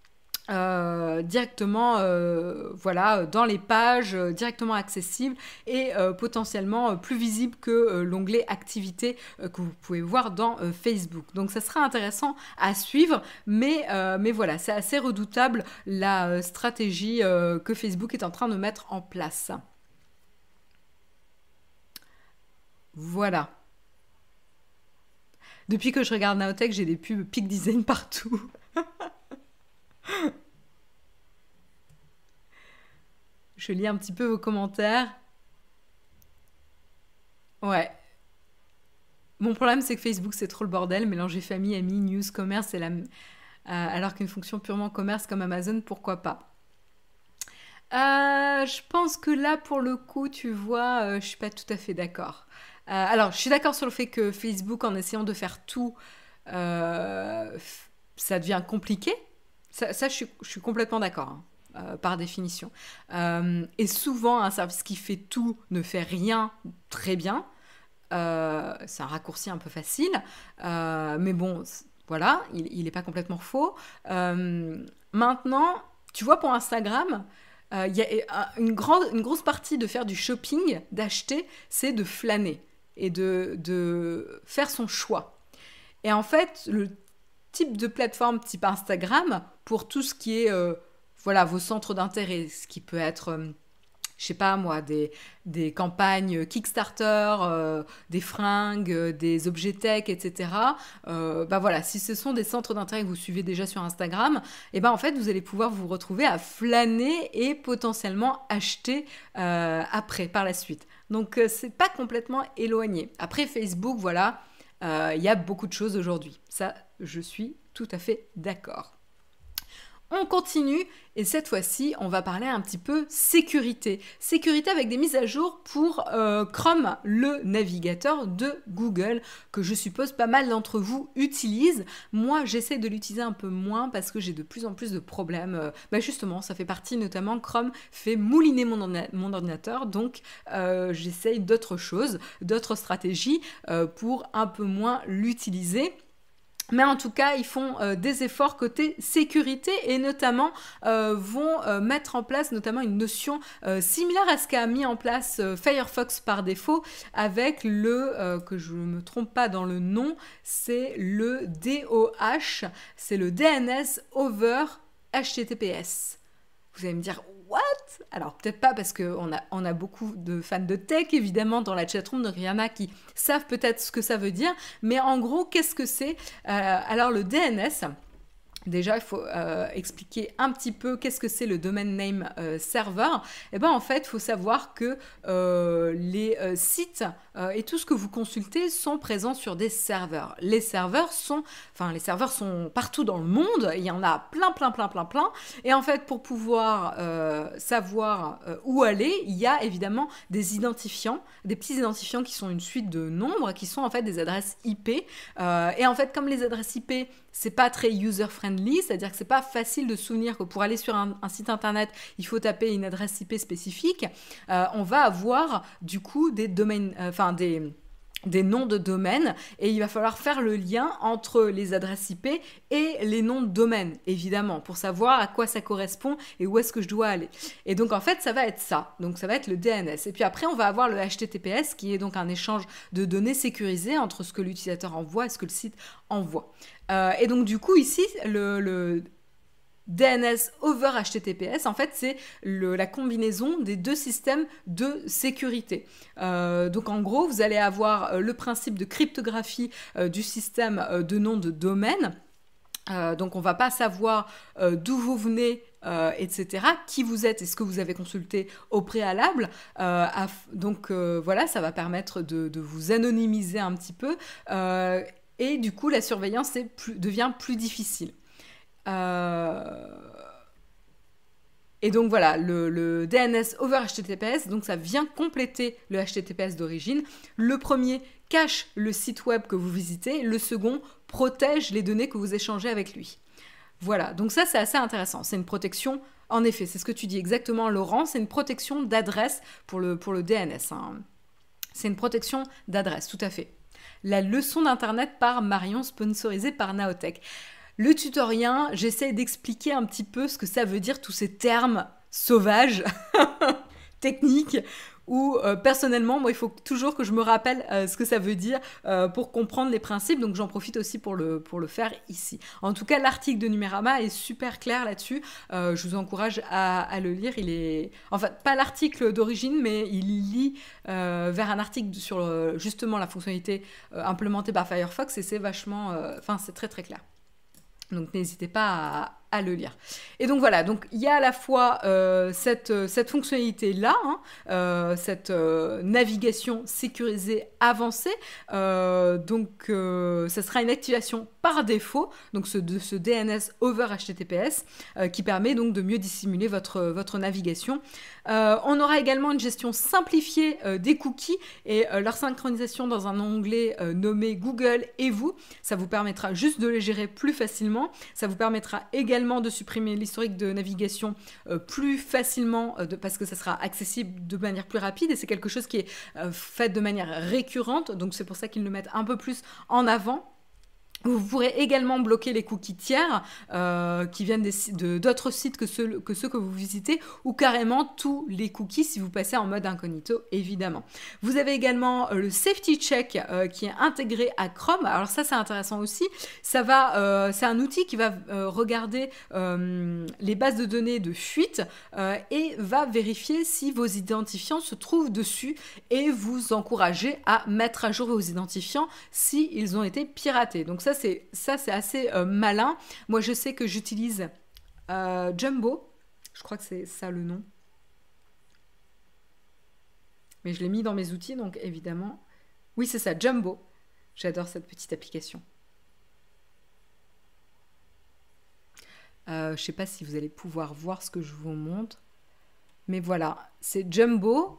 voilà, dans les pages, directement accessibles et potentiellement plus visible que l'onglet activité que vous pouvez voir dans Facebook. Donc ça sera intéressant à suivre, mais voilà, c'est assez redoutable la stratégie que Facebook est en train de mettre en place. Voilà. Depuis que je regarde Naotech, j'ai des pubs Peak Design partout. Je lis un petit peu vos commentaires. Ouais. Mon problème, c'est que Facebook, c'est trop le bordel. Mélanger famille, amis, news, commerce, alors qu'une fonction purement commerce comme Amazon, pourquoi pas? Je pense que là, pour le coup, tu vois, je suis pas tout à fait d'accord. Alors, je suis d'accord sur le fait que Facebook, en essayant de faire tout, ça devient compliqué. Ça, je suis complètement d'accord, hein. Par définition. Et souvent, un service qui fait tout ne fait rien très bien. C'est un raccourci un peu facile. Mais bon, voilà, il n'est pas complètement faux. Maintenant, tu vois, pour Instagram, il y a une grosse partie de faire du shopping, d'acheter, c'est de flâner et de faire son choix. Et en fait, le type de plateforme type Instagram, pour tout ce qui est voilà, vos centres d'intérêt, ce qui peut être, je sais pas moi, des campagnes Kickstarter, des fringues, des objets tech, etc. Bah voilà, si ce sont des centres d'intérêt que vous suivez déjà sur Instagram, et ben en fait, vous allez pouvoir vous retrouver à flâner et potentiellement acheter après, par la suite. Donc, c'est pas complètement éloigné. Après, Facebook, voilà, il y a beaucoup de choses aujourd'hui. Ça, je suis tout à fait d'accord. On continue et cette fois-ci, on va parler un petit peu sécurité. Sécurité avec des mises à jour pour Chrome, le navigateur de Google, que je suppose pas mal d'entre vous utilisent. Moi, j'essaie de l'utiliser un peu moins parce que j'ai de plus en plus de problèmes. Justement, ça fait partie notamment, Chrome fait mouliner mon ordinateur, donc j'essaye d'autres choses, d'autres stratégies pour un peu moins l'utiliser. Mais en tout cas, ils font des efforts côté sécurité et notamment vont mettre en place notamment une notion similaire à ce qu'a mis en place Firefox par défaut avec que je ne me trompe pas dans le nom, c'est le DOH, c'est le DNS over HTTPS. Vous allez me dire, what? Alors, peut-être pas parce qu'on a beaucoup de fans de tech, évidemment, dans la chatroom, donc il y en a qui savent peut-être ce que ça veut dire, mais en gros, qu'est-ce que c'est? Alors, le DNS... Déjà, il faut expliquer un petit peu qu'est-ce que c'est le domain name server. Et en fait, il faut savoir que les sites et tout ce que vous consultez sont présents sur des serveurs. Les serveurs sont partout dans le monde. Il y en a plein. Et en fait, pour pouvoir savoir où aller, il y a évidemment des identifiants, des petits identifiants qui sont une suite de nombres, qui sont en fait des adresses IP. Et en fait, comme les adresses IP, c'est pas très user-friendly, c'est-à-dire que c'est pas facile de se souvenir que pour aller sur un site internet, il faut taper une adresse IP spécifique. On va avoir du coup des domaines, des noms de domaine et il va falloir faire le lien entre les adresses IP et les noms de domaine, évidemment, pour savoir à quoi ça correspond et où est-ce que je dois aller. Et donc, en fait, ça va être ça. Donc, ça va être le DNS. Et puis après, on va avoir le HTTPS qui est donc un échange de données sécurisées entre ce que l'utilisateur envoie et ce que le site envoie. Et donc, du coup, ici, le DNS over HTTPS, en fait, c'est la combinaison des deux systèmes de sécurité. Donc, en gros, vous allez avoir le principe de cryptographie du système de nom de domaine. Donc, on ne va pas savoir d'où vous venez, etc., qui vous êtes et ce que vous avez consulté au préalable. Donc, voilà, ça va permettre de vous anonymiser un petit peu. Et du coup, la surveillance devient plus difficile. Et donc voilà, le DNS over HTTPS, donc ça vient compléter le HTTPS d'origine. Le premier cache le site web que vous visitez, le second protège les données que vous échangez avec lui. Voilà, donc ça c'est assez intéressant, c'est une protection, en effet, c'est ce que tu dis exactement Laurent, c'est une protection d'adresse pour le DNS. Hein. C'est une protection d'adresse, tout à fait. La leçon d'Internet par Marion, sponsorisée par Naotech. Le tutorien, j'essaie d'expliquer un petit peu ce que ça veut dire, tous ces termes sauvages, techniques, où personnellement, moi, il faut toujours que je me rappelle ce que ça veut dire pour comprendre les principes, donc j'en profite aussi pour le faire ici. En tout cas, l'article de Numérama est super clair là-dessus, je vous encourage à le lire, il est... Enfin, pas l'article d'origine, mais il lit vers un article sur justement la fonctionnalité implémentée par Firefox, et c'est vachement... c'est très très clair. Donc n'hésitez pas à le lire. Et donc voilà, donc il y a à la fois cette fonctionnalité-là, cette navigation sécurisée avancée, donc ça sera une activation par défaut, donc ce DNS over HTTPS, qui permet donc de mieux dissimuler votre navigation. On aura également une gestion simplifiée des cookies et leur synchronisation dans un onglet nommé Google et vous. Ça vous permettra juste de les gérer plus facilement. Ça vous permettra également de supprimer l'historique de navigation plus facilement parce que ça sera accessible de manière plus rapide et c'est quelque chose qui est fait de manière récurrente. Donc c'est pour ça qu'ils le mettent un peu plus en avant. Vous pourrez également bloquer les cookies tiers qui viennent d'autres sites que ceux que vous visitez ou carrément tous les cookies si vous passez en mode incognito, évidemment. Vous avez également le Safety Check qui est intégré à Chrome. Alors ça, c'est intéressant aussi. C'est un outil qui va regarder les bases de données de fuite et va vérifier si vos identifiants se trouvent dessus et vous encourager à mettre à jour vos identifiants s'ils ont été piratés. Donc ça, c'est assez malin. Moi, je sais que j'utilise Jumbo. Je crois que c'est ça le nom. Mais je l'ai mis dans mes outils, donc évidemment... Oui, c'est ça, Jumbo. J'adore cette petite application. Je ne sais pas si vous allez pouvoir voir ce que je vous montre. Mais voilà, c'est Jumbo.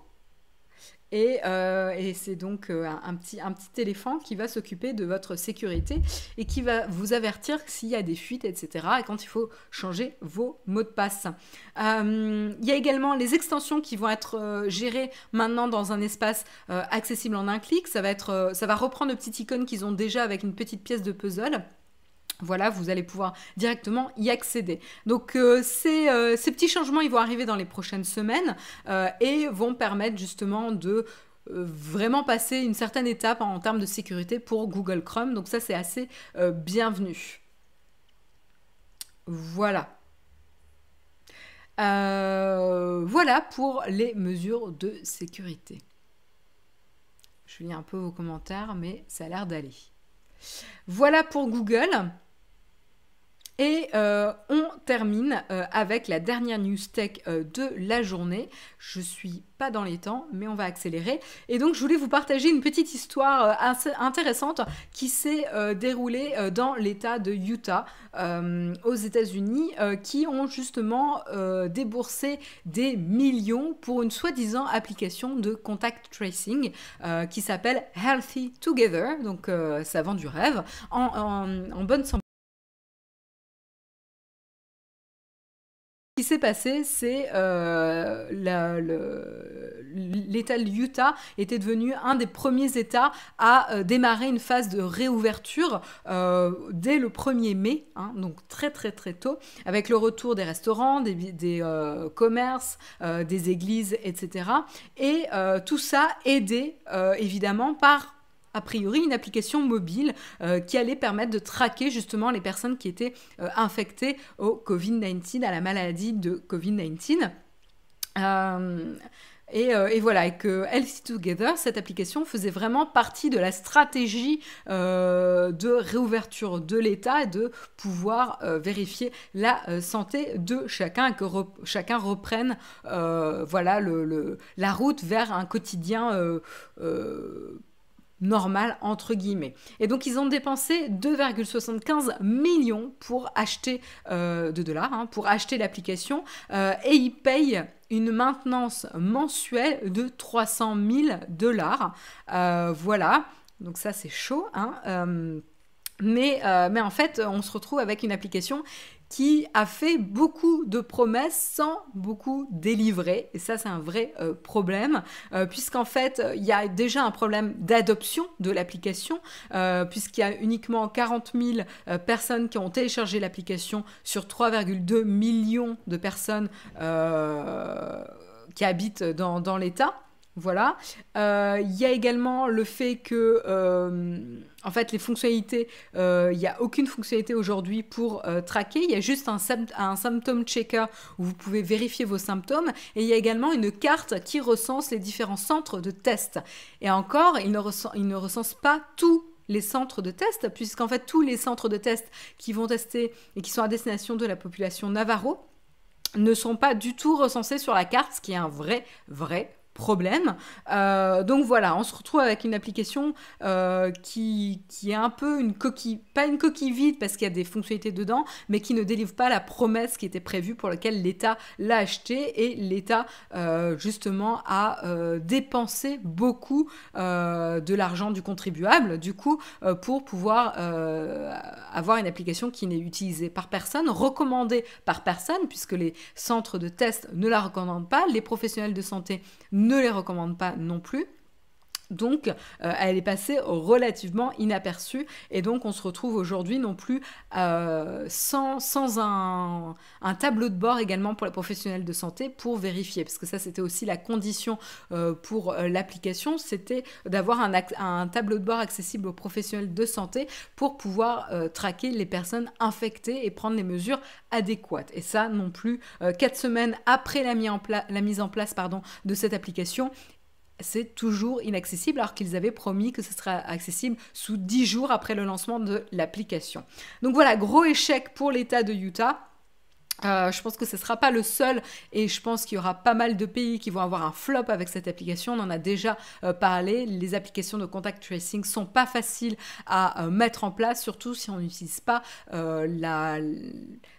Et c'est donc un petit éléphant qui va s'occuper de votre sécurité et qui va vous avertir s'il y a des fuites, etc. et quand il faut changer vos mots de passe. Il y a également les extensions qui vont être gérées maintenant dans un espace accessible en un clic. Ça va reprendre le petit icône qu'ils ont déjà avec une petite pièce de puzzle. Voilà, vous allez pouvoir directement y accéder. Donc ces petits changements, ils vont arriver dans les prochaines semaines et vont permettre justement de vraiment passer une certaine étape en termes de sécurité pour Google Chrome. Donc ça, c'est assez bienvenu. Voilà. Voilà pour les mesures de sécurité. Je lis un peu vos commentaires, mais ça a l'air d'aller. Voilà pour Google. Et on termine avec la dernière news tech de la journée. Je suis pas dans les temps, mais on va accélérer. Et donc, je voulais vous partager une petite histoire assez intéressante qui s'est déroulée dans l'État de Utah, aux États-Unis, qui ont justement déboursé des millions pour une soi-disant application de contact tracing qui s'appelle Healthy Together. Donc, ça vend du rêve en bonne santé. Ce qui s'est passé, c'est l'État de Utah était devenu un des premiers États à démarrer une phase de réouverture dès le 1er mai, hein, donc très très très tôt, avec le retour des restaurants, des commerces, des églises, etc. Et tout ça aidé évidemment par a priori une application mobile qui allait permettre de traquer justement les personnes qui étaient infectées au Covid-19, à la maladie de Covid-19. Et voilà, et que Healthy Together, cette application, faisait vraiment partie de la stratégie de réouverture de l'État et de pouvoir vérifier la santé de chacun et que chacun reprenne voilà, la route vers un quotidien normal entre guillemets. Et donc ils ont dépensé 2,75 millions pour acheter de dollars hein, pour acheter l'application et ils payent une maintenance mensuelle de 300 000 $. Voilà, donc ça c'est chaud. Hein, mais en fait, on se retrouve avec une application qui a fait beaucoup de promesses sans beaucoup délivrer. Et ça, c'est un vrai problème, puisqu'en fait, il y a déjà un problème d'adoption de l'application, puisqu'il y a uniquement 40 000 personnes qui ont téléchargé l'application sur 3,2 millions de personnes qui habitent dans l'État. Voilà. Il y a également le fait que, en fait, les fonctionnalités, il n'y a aucune fonctionnalité aujourd'hui pour traquer. Il y a juste un symptom checker où vous pouvez vérifier vos symptômes. Et il y a également une carte qui recense les différents centres de test. Et encore, il ne recense pas tous les centres de test, puisqu'en fait, tous les centres de test qui vont tester et qui sont à destination de la population Navarro ne sont pas du tout recensés sur la carte, ce qui est un vrai problème. Donc voilà, on se retrouve avec une application qui est un peu une coquille, pas une coquille vide parce qu'il y a des fonctionnalités dedans, mais qui ne délivre pas la promesse qui était prévue pour laquelle l'État l'a acheté et l'État justement a dépensé beaucoup de l'argent du contribuable du coup pour pouvoir avoir une application qui n'est utilisée par personne, recommandée par personne puisque les centres de test ne la recommandent pas, les professionnels de santé ne les recommande pas non plus. Donc, elle est passée relativement inaperçue et donc on se retrouve aujourd'hui non plus sans un tableau de bord également pour les professionnels de santé pour vérifier, parce que ça c'était aussi la condition pour l'application, c'était d'avoir un tableau de bord accessible aux professionnels de santé pour pouvoir traquer les personnes infectées et prendre les mesures adéquates. Et ça non plus, 4 semaines après la mise en place de cette application, c'est toujours inaccessible alors qu'ils avaient promis que ce serait accessible sous 10 jours après le lancement de l'application. Donc voilà, gros échec pour l'État de Utah. Je pense que ce ne sera pas le seul et je pense qu'il y aura pas mal de pays qui vont avoir un flop avec cette application. On en a déjà parlé. Les applications de contact tracing ne sont pas faciles à mettre en place, surtout si on n'utilise pas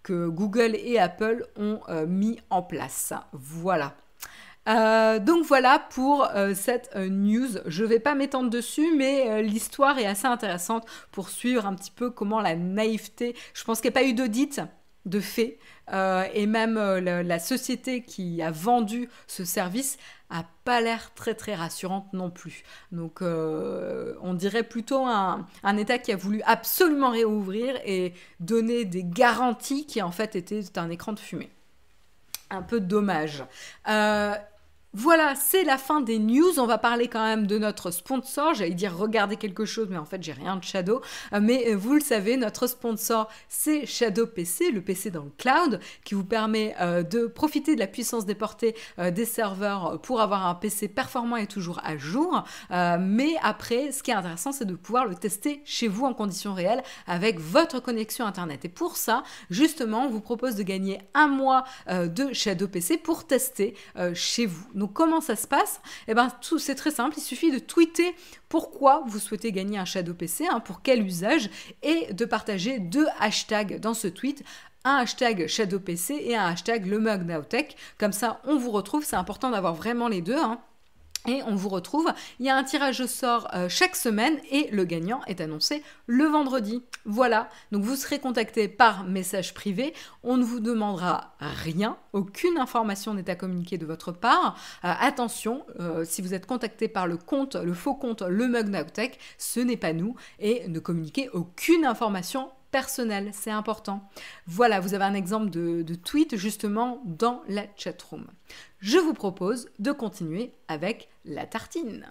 que Google et Apple ont mis en place. Voilà. Donc voilà pour cette news. Je vais pas m'étendre dessus, mais l'histoire est assez intéressante pour suivre un petit peu comment la naïveté, je pense qu'il n'y a pas eu d'audit de fait, et même la société qui a vendu ce service a pas l'air très très rassurante non plus. Donc on dirait plutôt un État qui a voulu absolument réouvrir et donner des garanties qui en fait étaient un écran de fumée. Un peu dommage. Voilà, c'est la fin des news. On va parler quand même de notre sponsor. J'allais dire regarder quelque chose, mais en fait, j'ai rien de Shadow. Mais vous le savez, notre sponsor, c'est Shadow PC, le PC dans le cloud, qui vous permet de profiter de la puissance déportée des serveurs pour avoir un PC performant et toujours à jour. Mais après, ce qui est intéressant, c'est de pouvoir le tester chez vous en conditions réelles avec votre connexion Internet. Et pour ça, justement, on vous propose de gagner un mois de Shadow PC pour tester chez vous. Donc comment ça se passe ? Eh ben, c'est très simple, il suffit de tweeter pourquoi vous souhaitez gagner un Shadow PC, pour quel usage, et de partager 2 hashtags dans ce tweet. Un hashtag Shadow PC et un hashtag le Mug Now Tech. Comme ça, on vous retrouve, c'est important d'avoir vraiment les deux, Et on vous retrouve, il y a un tirage au sort chaque semaine et le gagnant est annoncé le vendredi. Voilà, donc vous serez contacté par message privé, on ne vous demandera rien, aucune information n'est à communiquer de votre part. Attention, si vous êtes contacté par le faux compte le Mug Now Tech, ce n'est pas nous et ne communiquez aucune information personnel, c'est important. Voilà, vous avez un exemple de tweet justement dans la chatroom. Je vous propose de continuer avec la tartine.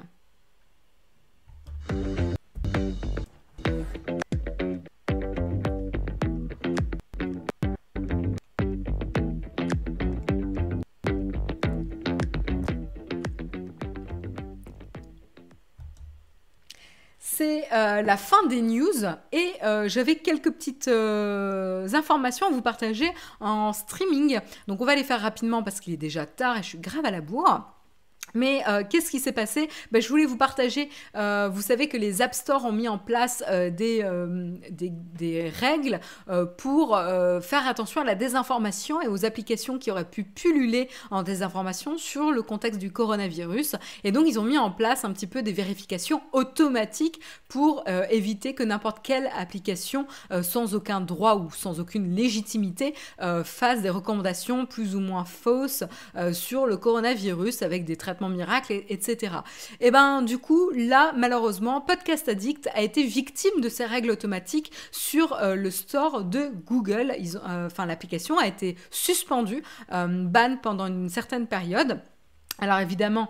C'est la fin des news et j'avais quelques petites informations à vous partager en streaming. Donc on va les faire rapidement parce qu'il est déjà tard et je suis grave à la bourre. Mais qu'est-ce qui s'est passé ? Je voulais vous partager, vous savez que les App Store ont mis en place des règles pour faire attention à la désinformation et aux applications qui auraient pu pulluler en désinformation sur le contexte du coronavirus. Et donc, ils ont mis en place un petit peu des vérifications automatiques pour éviter que n'importe quelle application sans aucun droit ou sans aucune légitimité fasse des recommandations plus ou moins fausses sur le coronavirus avec des traitements miracles, etc. Et ben du coup, là, malheureusement, Podcast Addict a été victime de ces règles automatiques sur le store de Google. L'application a été suspendue, ban pendant une certaine période. Alors évidemment,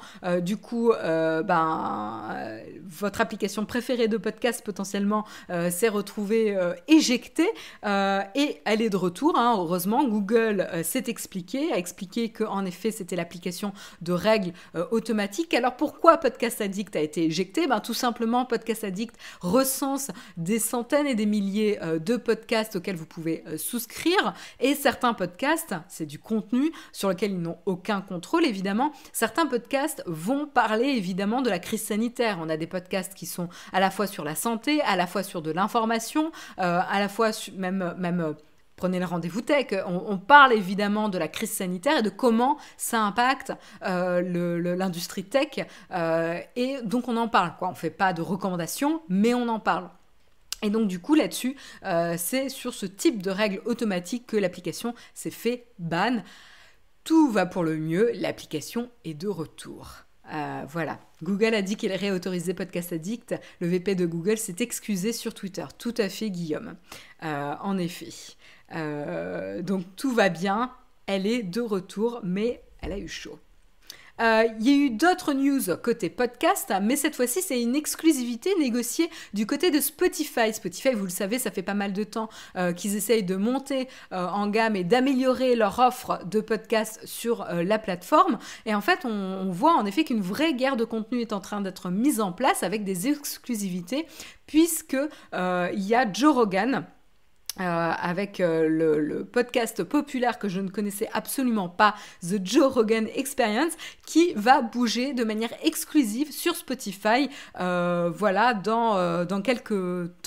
votre application préférée de podcast potentiellement s'est retrouvée éjectée et elle est de retour. Heureusement, Google s'est expliqué, a expliqué qu'en effet c'était l'application de règles automatiques. Alors pourquoi Podcast Addict a été éjecté ? Tout simplement, Podcast Addict recense des centaines et des milliers de podcasts auxquels vous pouvez souscrire et certains podcasts, c'est du contenu sur lequel ils n'ont aucun contrôle évidemment. Certains podcasts vont parler évidemment de la crise sanitaire. On a des podcasts qui sont à la fois sur la santé, à la fois sur de l'information, à la fois même prenez le rendez-vous tech. On parle évidemment de la crise sanitaire et de comment ça impacte l'industrie tech. Et donc on en parle, quoi. On ne fait pas de recommandations, mais on en parle. Et donc du coup là-dessus, c'est sur ce type de règles automatiques que l'application s'est fait ban. Tout va pour le mieux, l'application est de retour. Voilà. Google a dit qu'il réautorisait Podcast Addict. Le VP de Google s'est excusé sur Twitter. Tout à fait, Guillaume. En effet. Donc tout va bien. Elle est de retour, mais elle a eu chaud. Il y a eu d'autres news côté podcast, mais cette fois-ci, c'est une exclusivité négociée du côté de Spotify. Spotify, vous le savez, ça fait pas mal de temps qu'ils essayent de monter en gamme et d'améliorer leur offre de podcast sur la plateforme. Et en fait, on voit en effet qu'une vraie guerre de contenu est en train d'être mise en place avec des exclusivités, puisque il y a Joe Rogan, avec le podcast populaire que je ne connaissais absolument pas, The Joe Rogan Experience, qui va bouger de manière exclusive sur Spotify, dans quelques temps.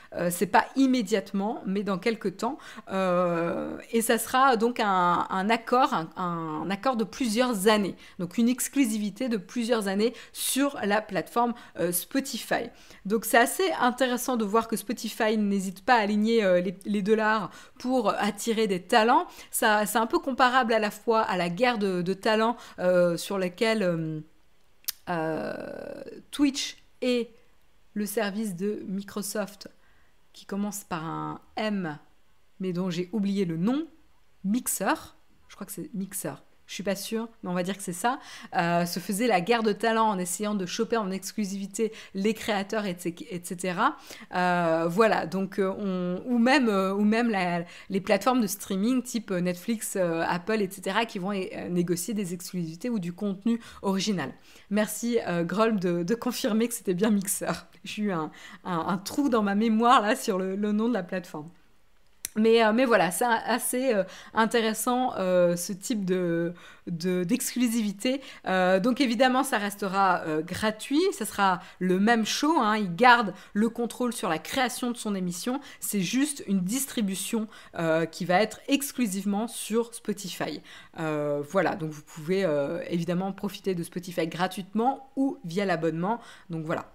c'est pas immédiatement, mais dans quelques temps. Et ça sera donc un accord, un accord de plusieurs années. Donc une exclusivité de plusieurs années sur la plateforme Spotify. Donc c'est assez intéressant de voir que Spotify n'hésite pas à aligner les dollars pour attirer des talents. Ça, c'est un peu comparable à la fois à la guerre de talents sur laquelle Twitch et le service de Microsoft qui commence par un M, mais dont j'ai oublié le nom, Mixer, je crois que c'est Mixer, je suis pas sûre, mais on va dire que c'est ça, se faisait la guerre de talent en essayant de choper en exclusivité les créateurs, etc. Voilà, donc ou même les plateformes de streaming type Netflix, Apple, etc. qui vont négocier des exclusivités ou du contenu original. Merci Grolm de confirmer que c'était bien Mixer. J'ai eu un trou dans ma mémoire là sur le nom de la plateforme. Mais voilà, c'est assez intéressant ce type d'exclusivité. Donc évidemment, ça restera gratuit, ça sera le même show, hein, il garde le contrôle sur la création de son émission, c'est juste une distribution qui va être exclusivement sur Spotify. Voilà, donc vous pouvez évidemment profiter de Spotify gratuitement ou via l'abonnement. Donc voilà.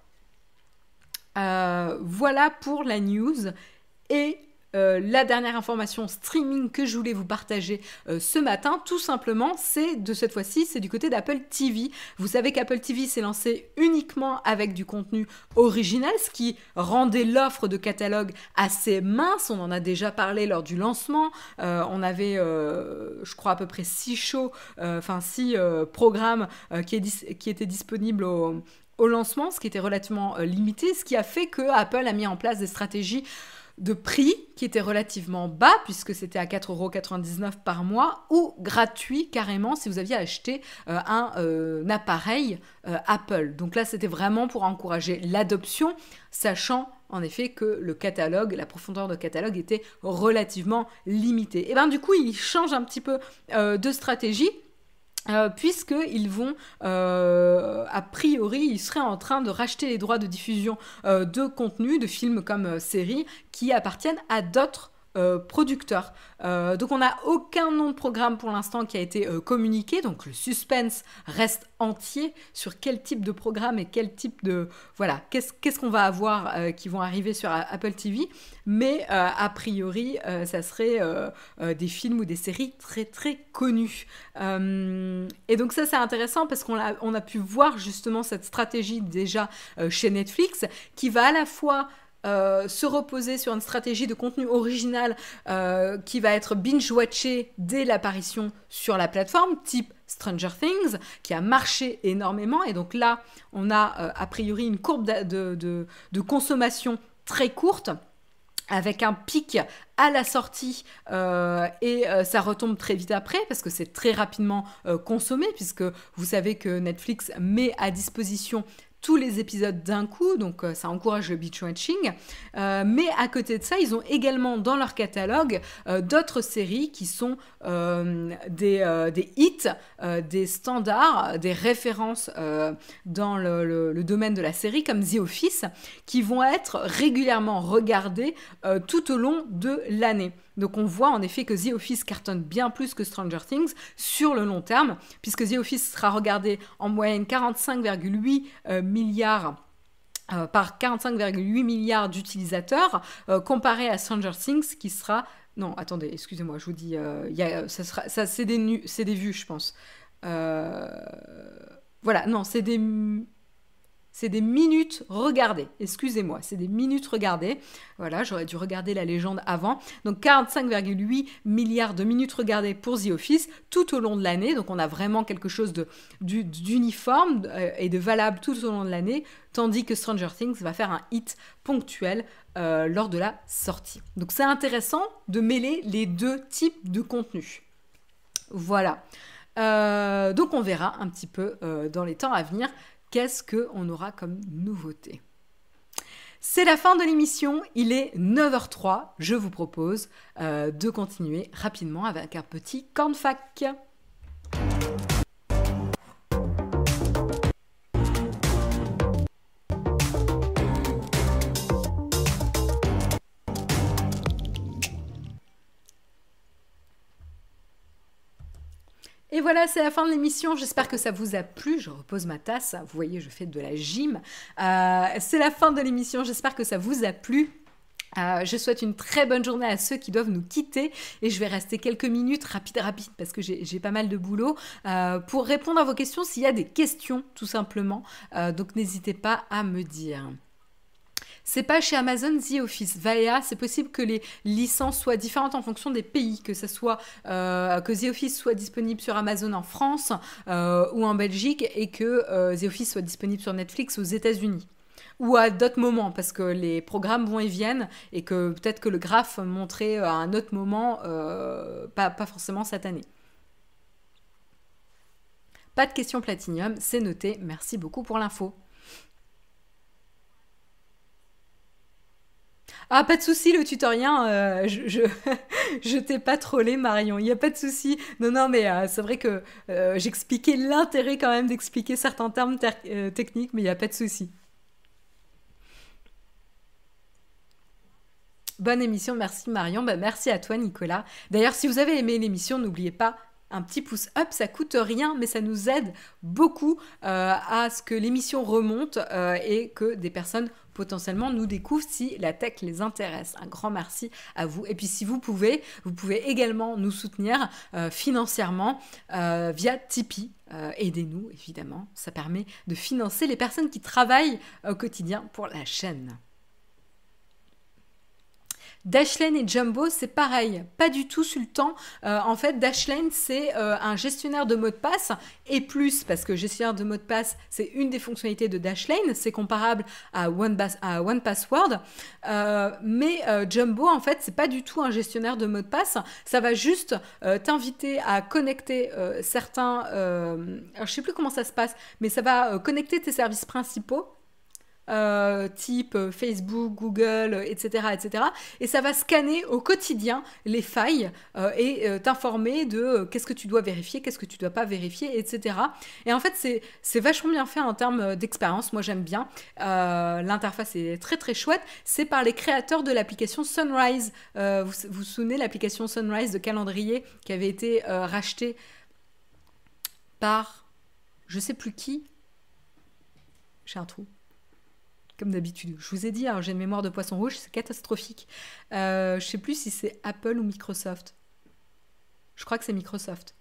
Voilà pour la news. Et la dernière information streaming que je voulais vous partager ce matin, tout simplement, c'est de cette fois-ci, c'est du côté d'Apple TV. Vous savez qu'Apple TV s'est lancé uniquement avec du contenu original, ce qui rendait l'offre de catalogue assez mince. On en a déjà parlé lors du lancement. On avait, je crois, à peu près 6 shows, 6 programmes qui étaient disponibles au lancement, ce qui était relativement limité, ce qui a fait que Apple a mis en place des stratégies de prix qui était relativement bas puisque c'était à 4,99 € par mois ou gratuit carrément si vous aviez acheté un appareil Apple. Donc là, c'était vraiment pour encourager l'adoption, sachant en effet que le catalogue, la profondeur de catalogue était relativement limitée. Et bien du coup, ils changent un petit peu de stratégie. Puisqu'ils vont, a priori, ils seraient en train de racheter les droits de diffusion de contenu, de films comme séries, qui appartiennent à d'autres producteurs. Donc on n'a aucun nom de programme pour l'instant qui a été communiqué, donc le suspense reste entier sur quel type de programme et quel type de... Voilà, qu'est-ce qu'on va avoir qui vont arriver sur Apple TV, mais a priori, ça serait des films ou des séries très très connues. Et donc ça c'est intéressant parce qu'on a pu voir justement cette stratégie déjà chez Netflix qui va à la fois se reposer sur une stratégie de contenu original qui va être binge-watché dès l'apparition sur la plateforme, type Stranger Things, qui a marché énormément. Et donc là, on a a priori une courbe de consommation très courte, avec un pic à la sortie et ça retombe très vite après parce que c'est très rapidement consommé, puisque vous savez que Netflix met à disposition tous les épisodes d'un coup, donc ça encourage le binge-watching. Mais à côté de ça, ils ont également dans leur catalogue d'autres séries qui sont des hits, des standards, des références dans le domaine de la série, comme The Office, qui vont être régulièrement regardées tout au long de l'année. Donc on voit en effet que The Office cartonne bien plus que Stranger Things sur le long terme, puisque The Office sera regardé en moyenne 45,8 milliards par 45,8 milliards d'utilisateurs, comparé à Stranger Things qui sera... Non, attendez, excusez-moi, je vous dis, ça c'est des vues, je pense. Voilà, non, c'est des minutes regardées, excusez-moi, c'est des minutes regardées. Voilà, j'aurais dû regarder la légende avant. Donc 45,8 milliards de minutes regardées pour The Office tout au long de l'année. Donc on a vraiment quelque chose d'uniforme et de valable tout au long de l'année, tandis que Stranger Things va faire un hit ponctuel lors de la sortie. Donc c'est intéressant de mêler les deux types de contenus. Voilà. Donc on verra un petit peu dans les temps à venir qu'est-ce qu'on aura comme nouveauté. C'est la fin de l'émission, il est 9h03. Je vous propose de continuer rapidement avec un petit cornfac. Et voilà, c'est la fin de l'émission. J'espère que ça vous a plu. Je repose ma tasse. Vous voyez, je fais de la gym. C'est la fin de l'émission. J'espère que ça vous a plu. Je souhaite une très bonne journée à ceux qui doivent nous quitter et je vais rester quelques minutes rapide parce que j'ai pas mal de boulot pour répondre à vos questions s'il y a des questions tout simplement. Donc n'hésitez pas à me dire. C'est pas chez Amazon The Office. Vaea, c'est possible que les licences soient différentes en fonction des pays, que ça soit que The Office soit disponible sur Amazon en France ou en Belgique et que The Office soit disponible sur Netflix aux États-Unis. Ou à d'autres moments, parce que les programmes vont et viennent, et que peut-être que le graphe montrait à un autre moment, pas forcément cette année. Pas de questions Platinium, c'est noté. Merci beaucoup pour l'info. Ah, pas de souci, le tutorien, je t'ai pas trollé, Marion, il n'y a pas de souci. Non, non, mais c'est vrai que j'expliquais l'intérêt quand même d'expliquer certains termes techniques, mais il n'y a pas de souci. Bonne émission, merci Marion, bah, merci à toi Nicolas. D'ailleurs, si vous avez aimé l'émission, n'oubliez pas un petit pouce up, ça coûte rien, mais ça nous aide beaucoup à ce que l'émission remonte et que des personnes potentiellement nous découvrent si la tech les intéresse. Un grand merci à vous. Et puis si vous pouvez également nous soutenir financièrement via Tipeee. Aidez-nous, évidemment. Ça permet de financer les personnes qui travaillent au quotidien pour la chaîne. Dashlane et Jumbo, c'est pareil, pas du tout sultan. En fait, Dashlane, c'est un gestionnaire de mots de passe, et plus, parce que gestionnaire de mots de passe, c'est une des fonctionnalités de Dashlane, c'est comparable à One Password. Mais Jumbo, en fait, c'est pas du tout un gestionnaire de mots de passe, ça va juste t'inviter à connecter certains... alors, je sais plus comment ça se passe, mais ça va connecter tes services principaux, type Facebook, Google, etc., etc. Et ça va scanner au quotidien les failles et t'informer de qu'est-ce que tu dois vérifier, qu'est-ce que tu dois pas vérifier, etc. Et en fait, c'est vachement bien fait en termes d'expérience. Moi, j'aime bien. L'interface est très, très chouette. C'est par les créateurs de l'application Sunrise. Vous vous souvenez, l'application Sunrise de calendrier qui avait été rachetée par je sais plus qui. J'ai un trou. Comme d'habitude. Je vous ai dit, hein, j'ai une mémoire de poisson rouge, c'est catastrophique. Je sais plus si c'est Apple ou Microsoft. Je crois que c'est Microsoft.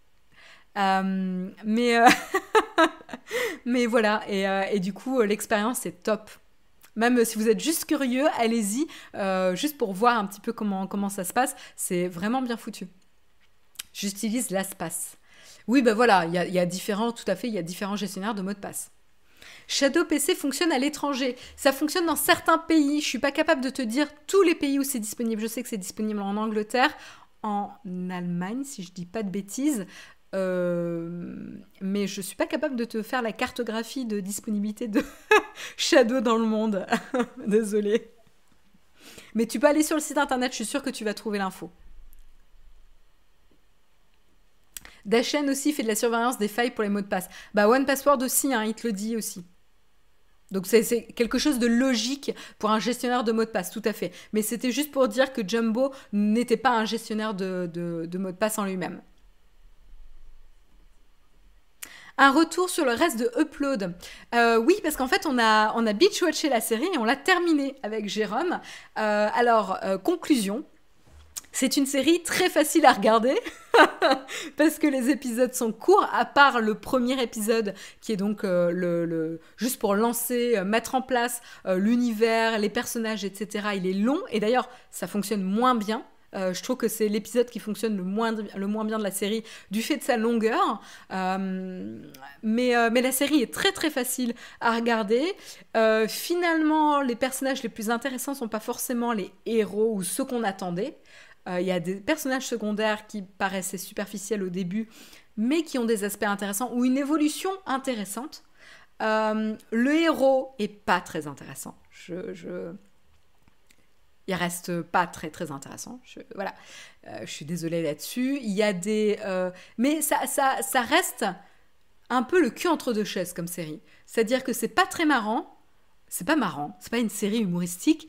Mais, mais voilà, et du coup, l'expérience est top. Même si vous êtes juste curieux, allez-y, juste pour voir un petit peu comment ça se passe. C'est vraiment bien foutu. J'utilise LastPass. Oui, ben voilà, il y a différents, tout à fait, il y a différents gestionnaires de mots de passe. Shadow PC fonctionne à l'étranger. Ça fonctionne dans certains pays. Je suis pas capable de te dire tous les pays où c'est disponible. Je sais que c'est disponible en Angleterre, en Allemagne, si je dis pas de bêtises. Mais je suis pas capable de te faire la cartographie de disponibilité de Shadow dans le monde. Désolée. Mais tu peux aller sur le site internet, je suis sûre que tu vas trouver l'info. Dashlane aussi fait de la surveillance des failles pour les mots de passe. Bah One Password aussi, hein, il te le dit aussi. Donc c'est quelque chose de logique pour un gestionnaire de mots de passe, tout à fait. Mais c'était juste pour dire que Jumbo n'était pas un gestionnaire de mots de passe en lui-même. Un retour sur le reste de Upload. Oui, parce qu'en fait, on a binge-watché la série et on l'a terminée avec Jérôme. Conclusion. C'est une série très facile à regarder parce que les épisodes sont courts, à part le premier épisode qui est donc juste pour lancer, mettre en place l'univers, les personnages, etc. Il est long et d'ailleurs ça fonctionne moins bien. Je trouve que c'est l'épisode qui fonctionne le moins bien de la série du fait de sa longueur. Mais la série est très très facile à regarder. Finalement, les personnages les plus intéressants sont pas forcément les héros ou ceux qu'on attendait. Il y a des personnages secondaires qui paraissaient superficiels au début, mais qui ont des aspects intéressants ou une évolution intéressante. Le héros est pas très intéressant. Il reste pas très très intéressant. Voilà, je suis désolée là-dessus. Il y a des, mais ça reste un peu le cul entre deux chaises comme série. C'est-à-dire que c'est pas très marrant. C'est pas marrant. C'est pas une série humoristique.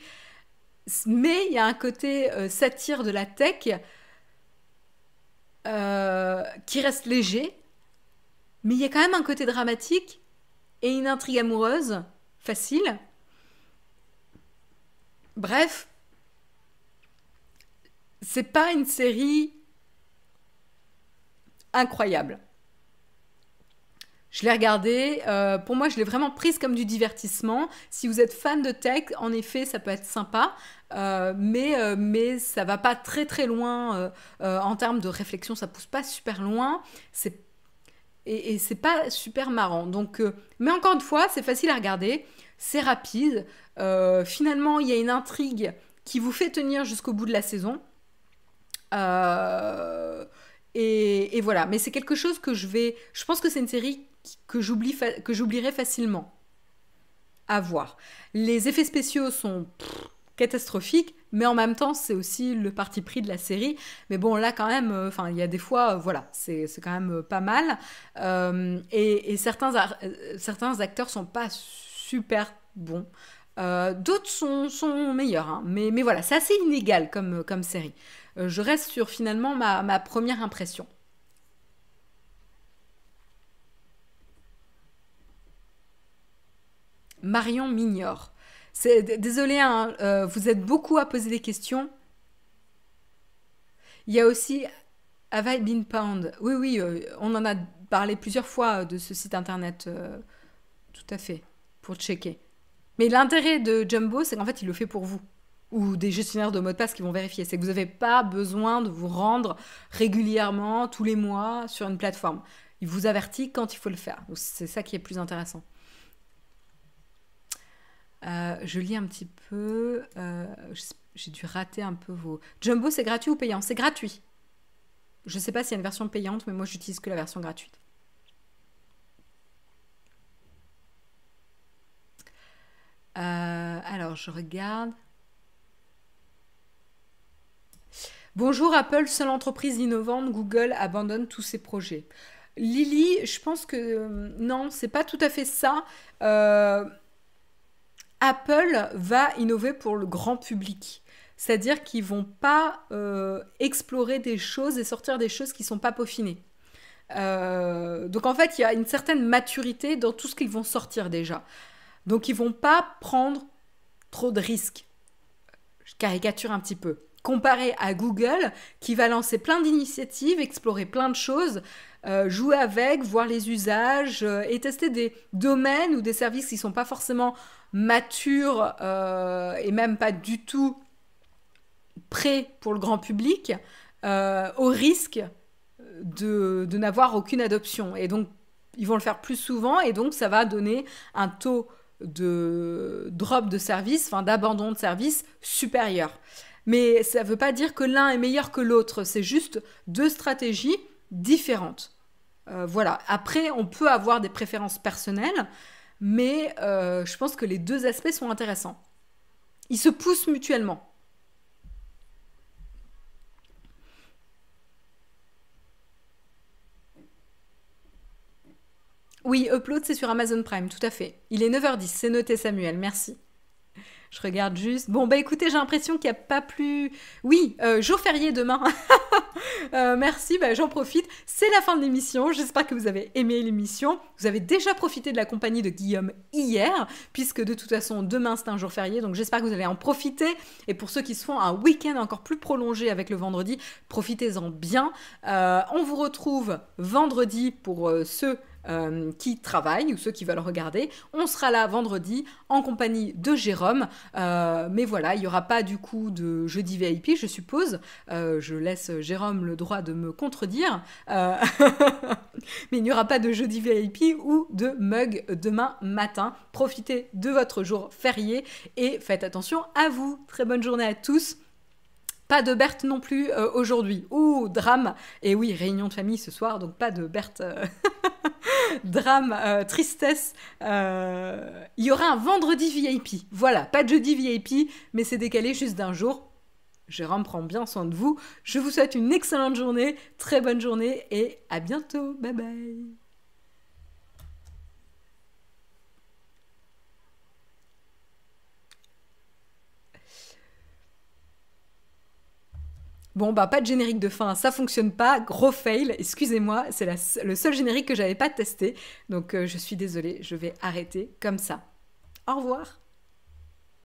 Mais il y a un côté satire de la tech qui reste léger, mais il y a quand même un côté dramatique et une intrigue amoureuse facile. Bref, c'est pas une série incroyable. Je l'ai regardée, pour moi je l'ai vraiment prise comme du divertissement. Si vous êtes fan de tech, en effet ça peut être sympa, mais ça va pas très très loin en termes de réflexion, ça pousse pas super loin. C'est et c'est pas super marrant. Donc, mais encore une fois, c'est facile à regarder, c'est rapide. Finalement, il y a une intrigue qui vous fait tenir jusqu'au bout de la saison. Euh, et voilà. Mais c'est quelque chose que je vais. Je pense que c'est une série que j'oublierai facilement à voir. Les effets spéciaux sont catastrophique, mais en même temps, c'est aussi le parti pris de la série. Mais bon, là, quand même, enfin, il y a des fois, voilà, c'est quand même pas mal. Et certains acteurs sont pas super bons. D'autres sont meilleurs, hein. Mais voilà, c'est assez inégal comme série. Je reste sur finalement ma première impression. Marion Mignor. Désolé, hein, vous êtes beaucoup à poser des questions. Il y a aussi Have I Been Pound. Oui, oui, on en a parlé plusieurs fois de ce site internet. Tout à fait, pour checker. Mais l'intérêt de Jumbo, c'est qu'en fait, il le fait pour vous. Ou des gestionnaires de mots de passe qui vont vérifier. C'est que vous n'avez pas besoin de vous rendre régulièrement, tous les mois, sur une plateforme. Il vous avertit quand il faut le faire. Donc, c'est ça qui est plus intéressant. Je lis un petit peu. J'ai dû rater un peu vos. Jumbo, c'est gratuit ou payant? C'est gratuit. Je ne sais pas s'il y a une version payante, mais moi, j'utilise que la version gratuite. Alors, je regarde. Bonjour Apple, seule entreprise innovante, Google abandonne tous ses projets. Lily, je pense que non, c'est pas tout à fait ça. Euh, Apple va innover pour le grand public. C'est-à-dire qu'ils vont pas explorer des choses et sortir des choses qui sont pas peaufinées. Donc en fait, il y a une certaine maturité dans tout ce qu'ils vont sortir déjà. Donc ils vont pas prendre trop de risques. Je caricature un petit peu. Comparé à Google, qui va lancer plein d'initiatives, explorer plein de choses, jouer avec, voir les usages et tester des domaines ou des services qui ne sont pas forcément matures et même pas du tout prêts pour le grand public, au risque de n'avoir aucune adoption. Et donc, ils vont le faire plus souvent et donc ça va donner un taux de drop de service, enfin d'abandon de service supérieur. Mais ça ne veut pas dire que l'un est meilleur que l'autre, c'est juste deux stratégies différentes. Voilà. Après, on peut avoir des préférences personnelles, mais je pense que les deux aspects sont intéressants. Ils se poussent mutuellement. Oui, Upload, c'est sur Amazon Prime, tout à fait. Il est 9h10, c'est noté Samuel, merci. Je regarde juste. Bon, bah écoutez, j'ai l'impression qu'il n'y a pas plus. Oui, jour férié demain. Merci, bah, j'en profite. C'est la fin de l'émission. J'espère que vous avez aimé l'émission. Vous avez déjà profité de la compagnie de Guillaume hier, puisque de toute façon, demain c'est un jour férié. Donc j'espère que vous allez en profiter. Et pour ceux qui se font un week-end encore plus prolongé avec le vendredi, profitez-en bien. On vous retrouve vendredi pour ceux qui travaillent ou ceux qui veulent regarder. On sera là vendredi en compagnie de Jérôme. Mais voilà, il n'y aura pas du coup de jeudi VIP, je suppose. Je laisse Jérôme le droit de me contredire. Mais il n'y aura pas de jeudi VIP ou de mug demain matin. Profitez de votre jour férié et faites attention à vous. Très bonne journée à tous. Pas de Berthe non plus aujourd'hui. Ouh, drame. Et oui, réunion de famille ce soir, donc pas de Berthe. Drame, tristesse. Il y aura un vendredi VIP. Voilà, pas de jeudi VIP, mais c'est décalé juste d'un jour. Jérôme prend bien soin de vous. Je vous souhaite une excellente journée, très bonne journée et à bientôt. Bye bye. Bon, bah pas de générique de fin, ça fonctionne pas, gros fail, excusez-moi, c'est le seul générique que j'avais pas testé, donc je suis désolée, je vais arrêter comme ça. Au revoir.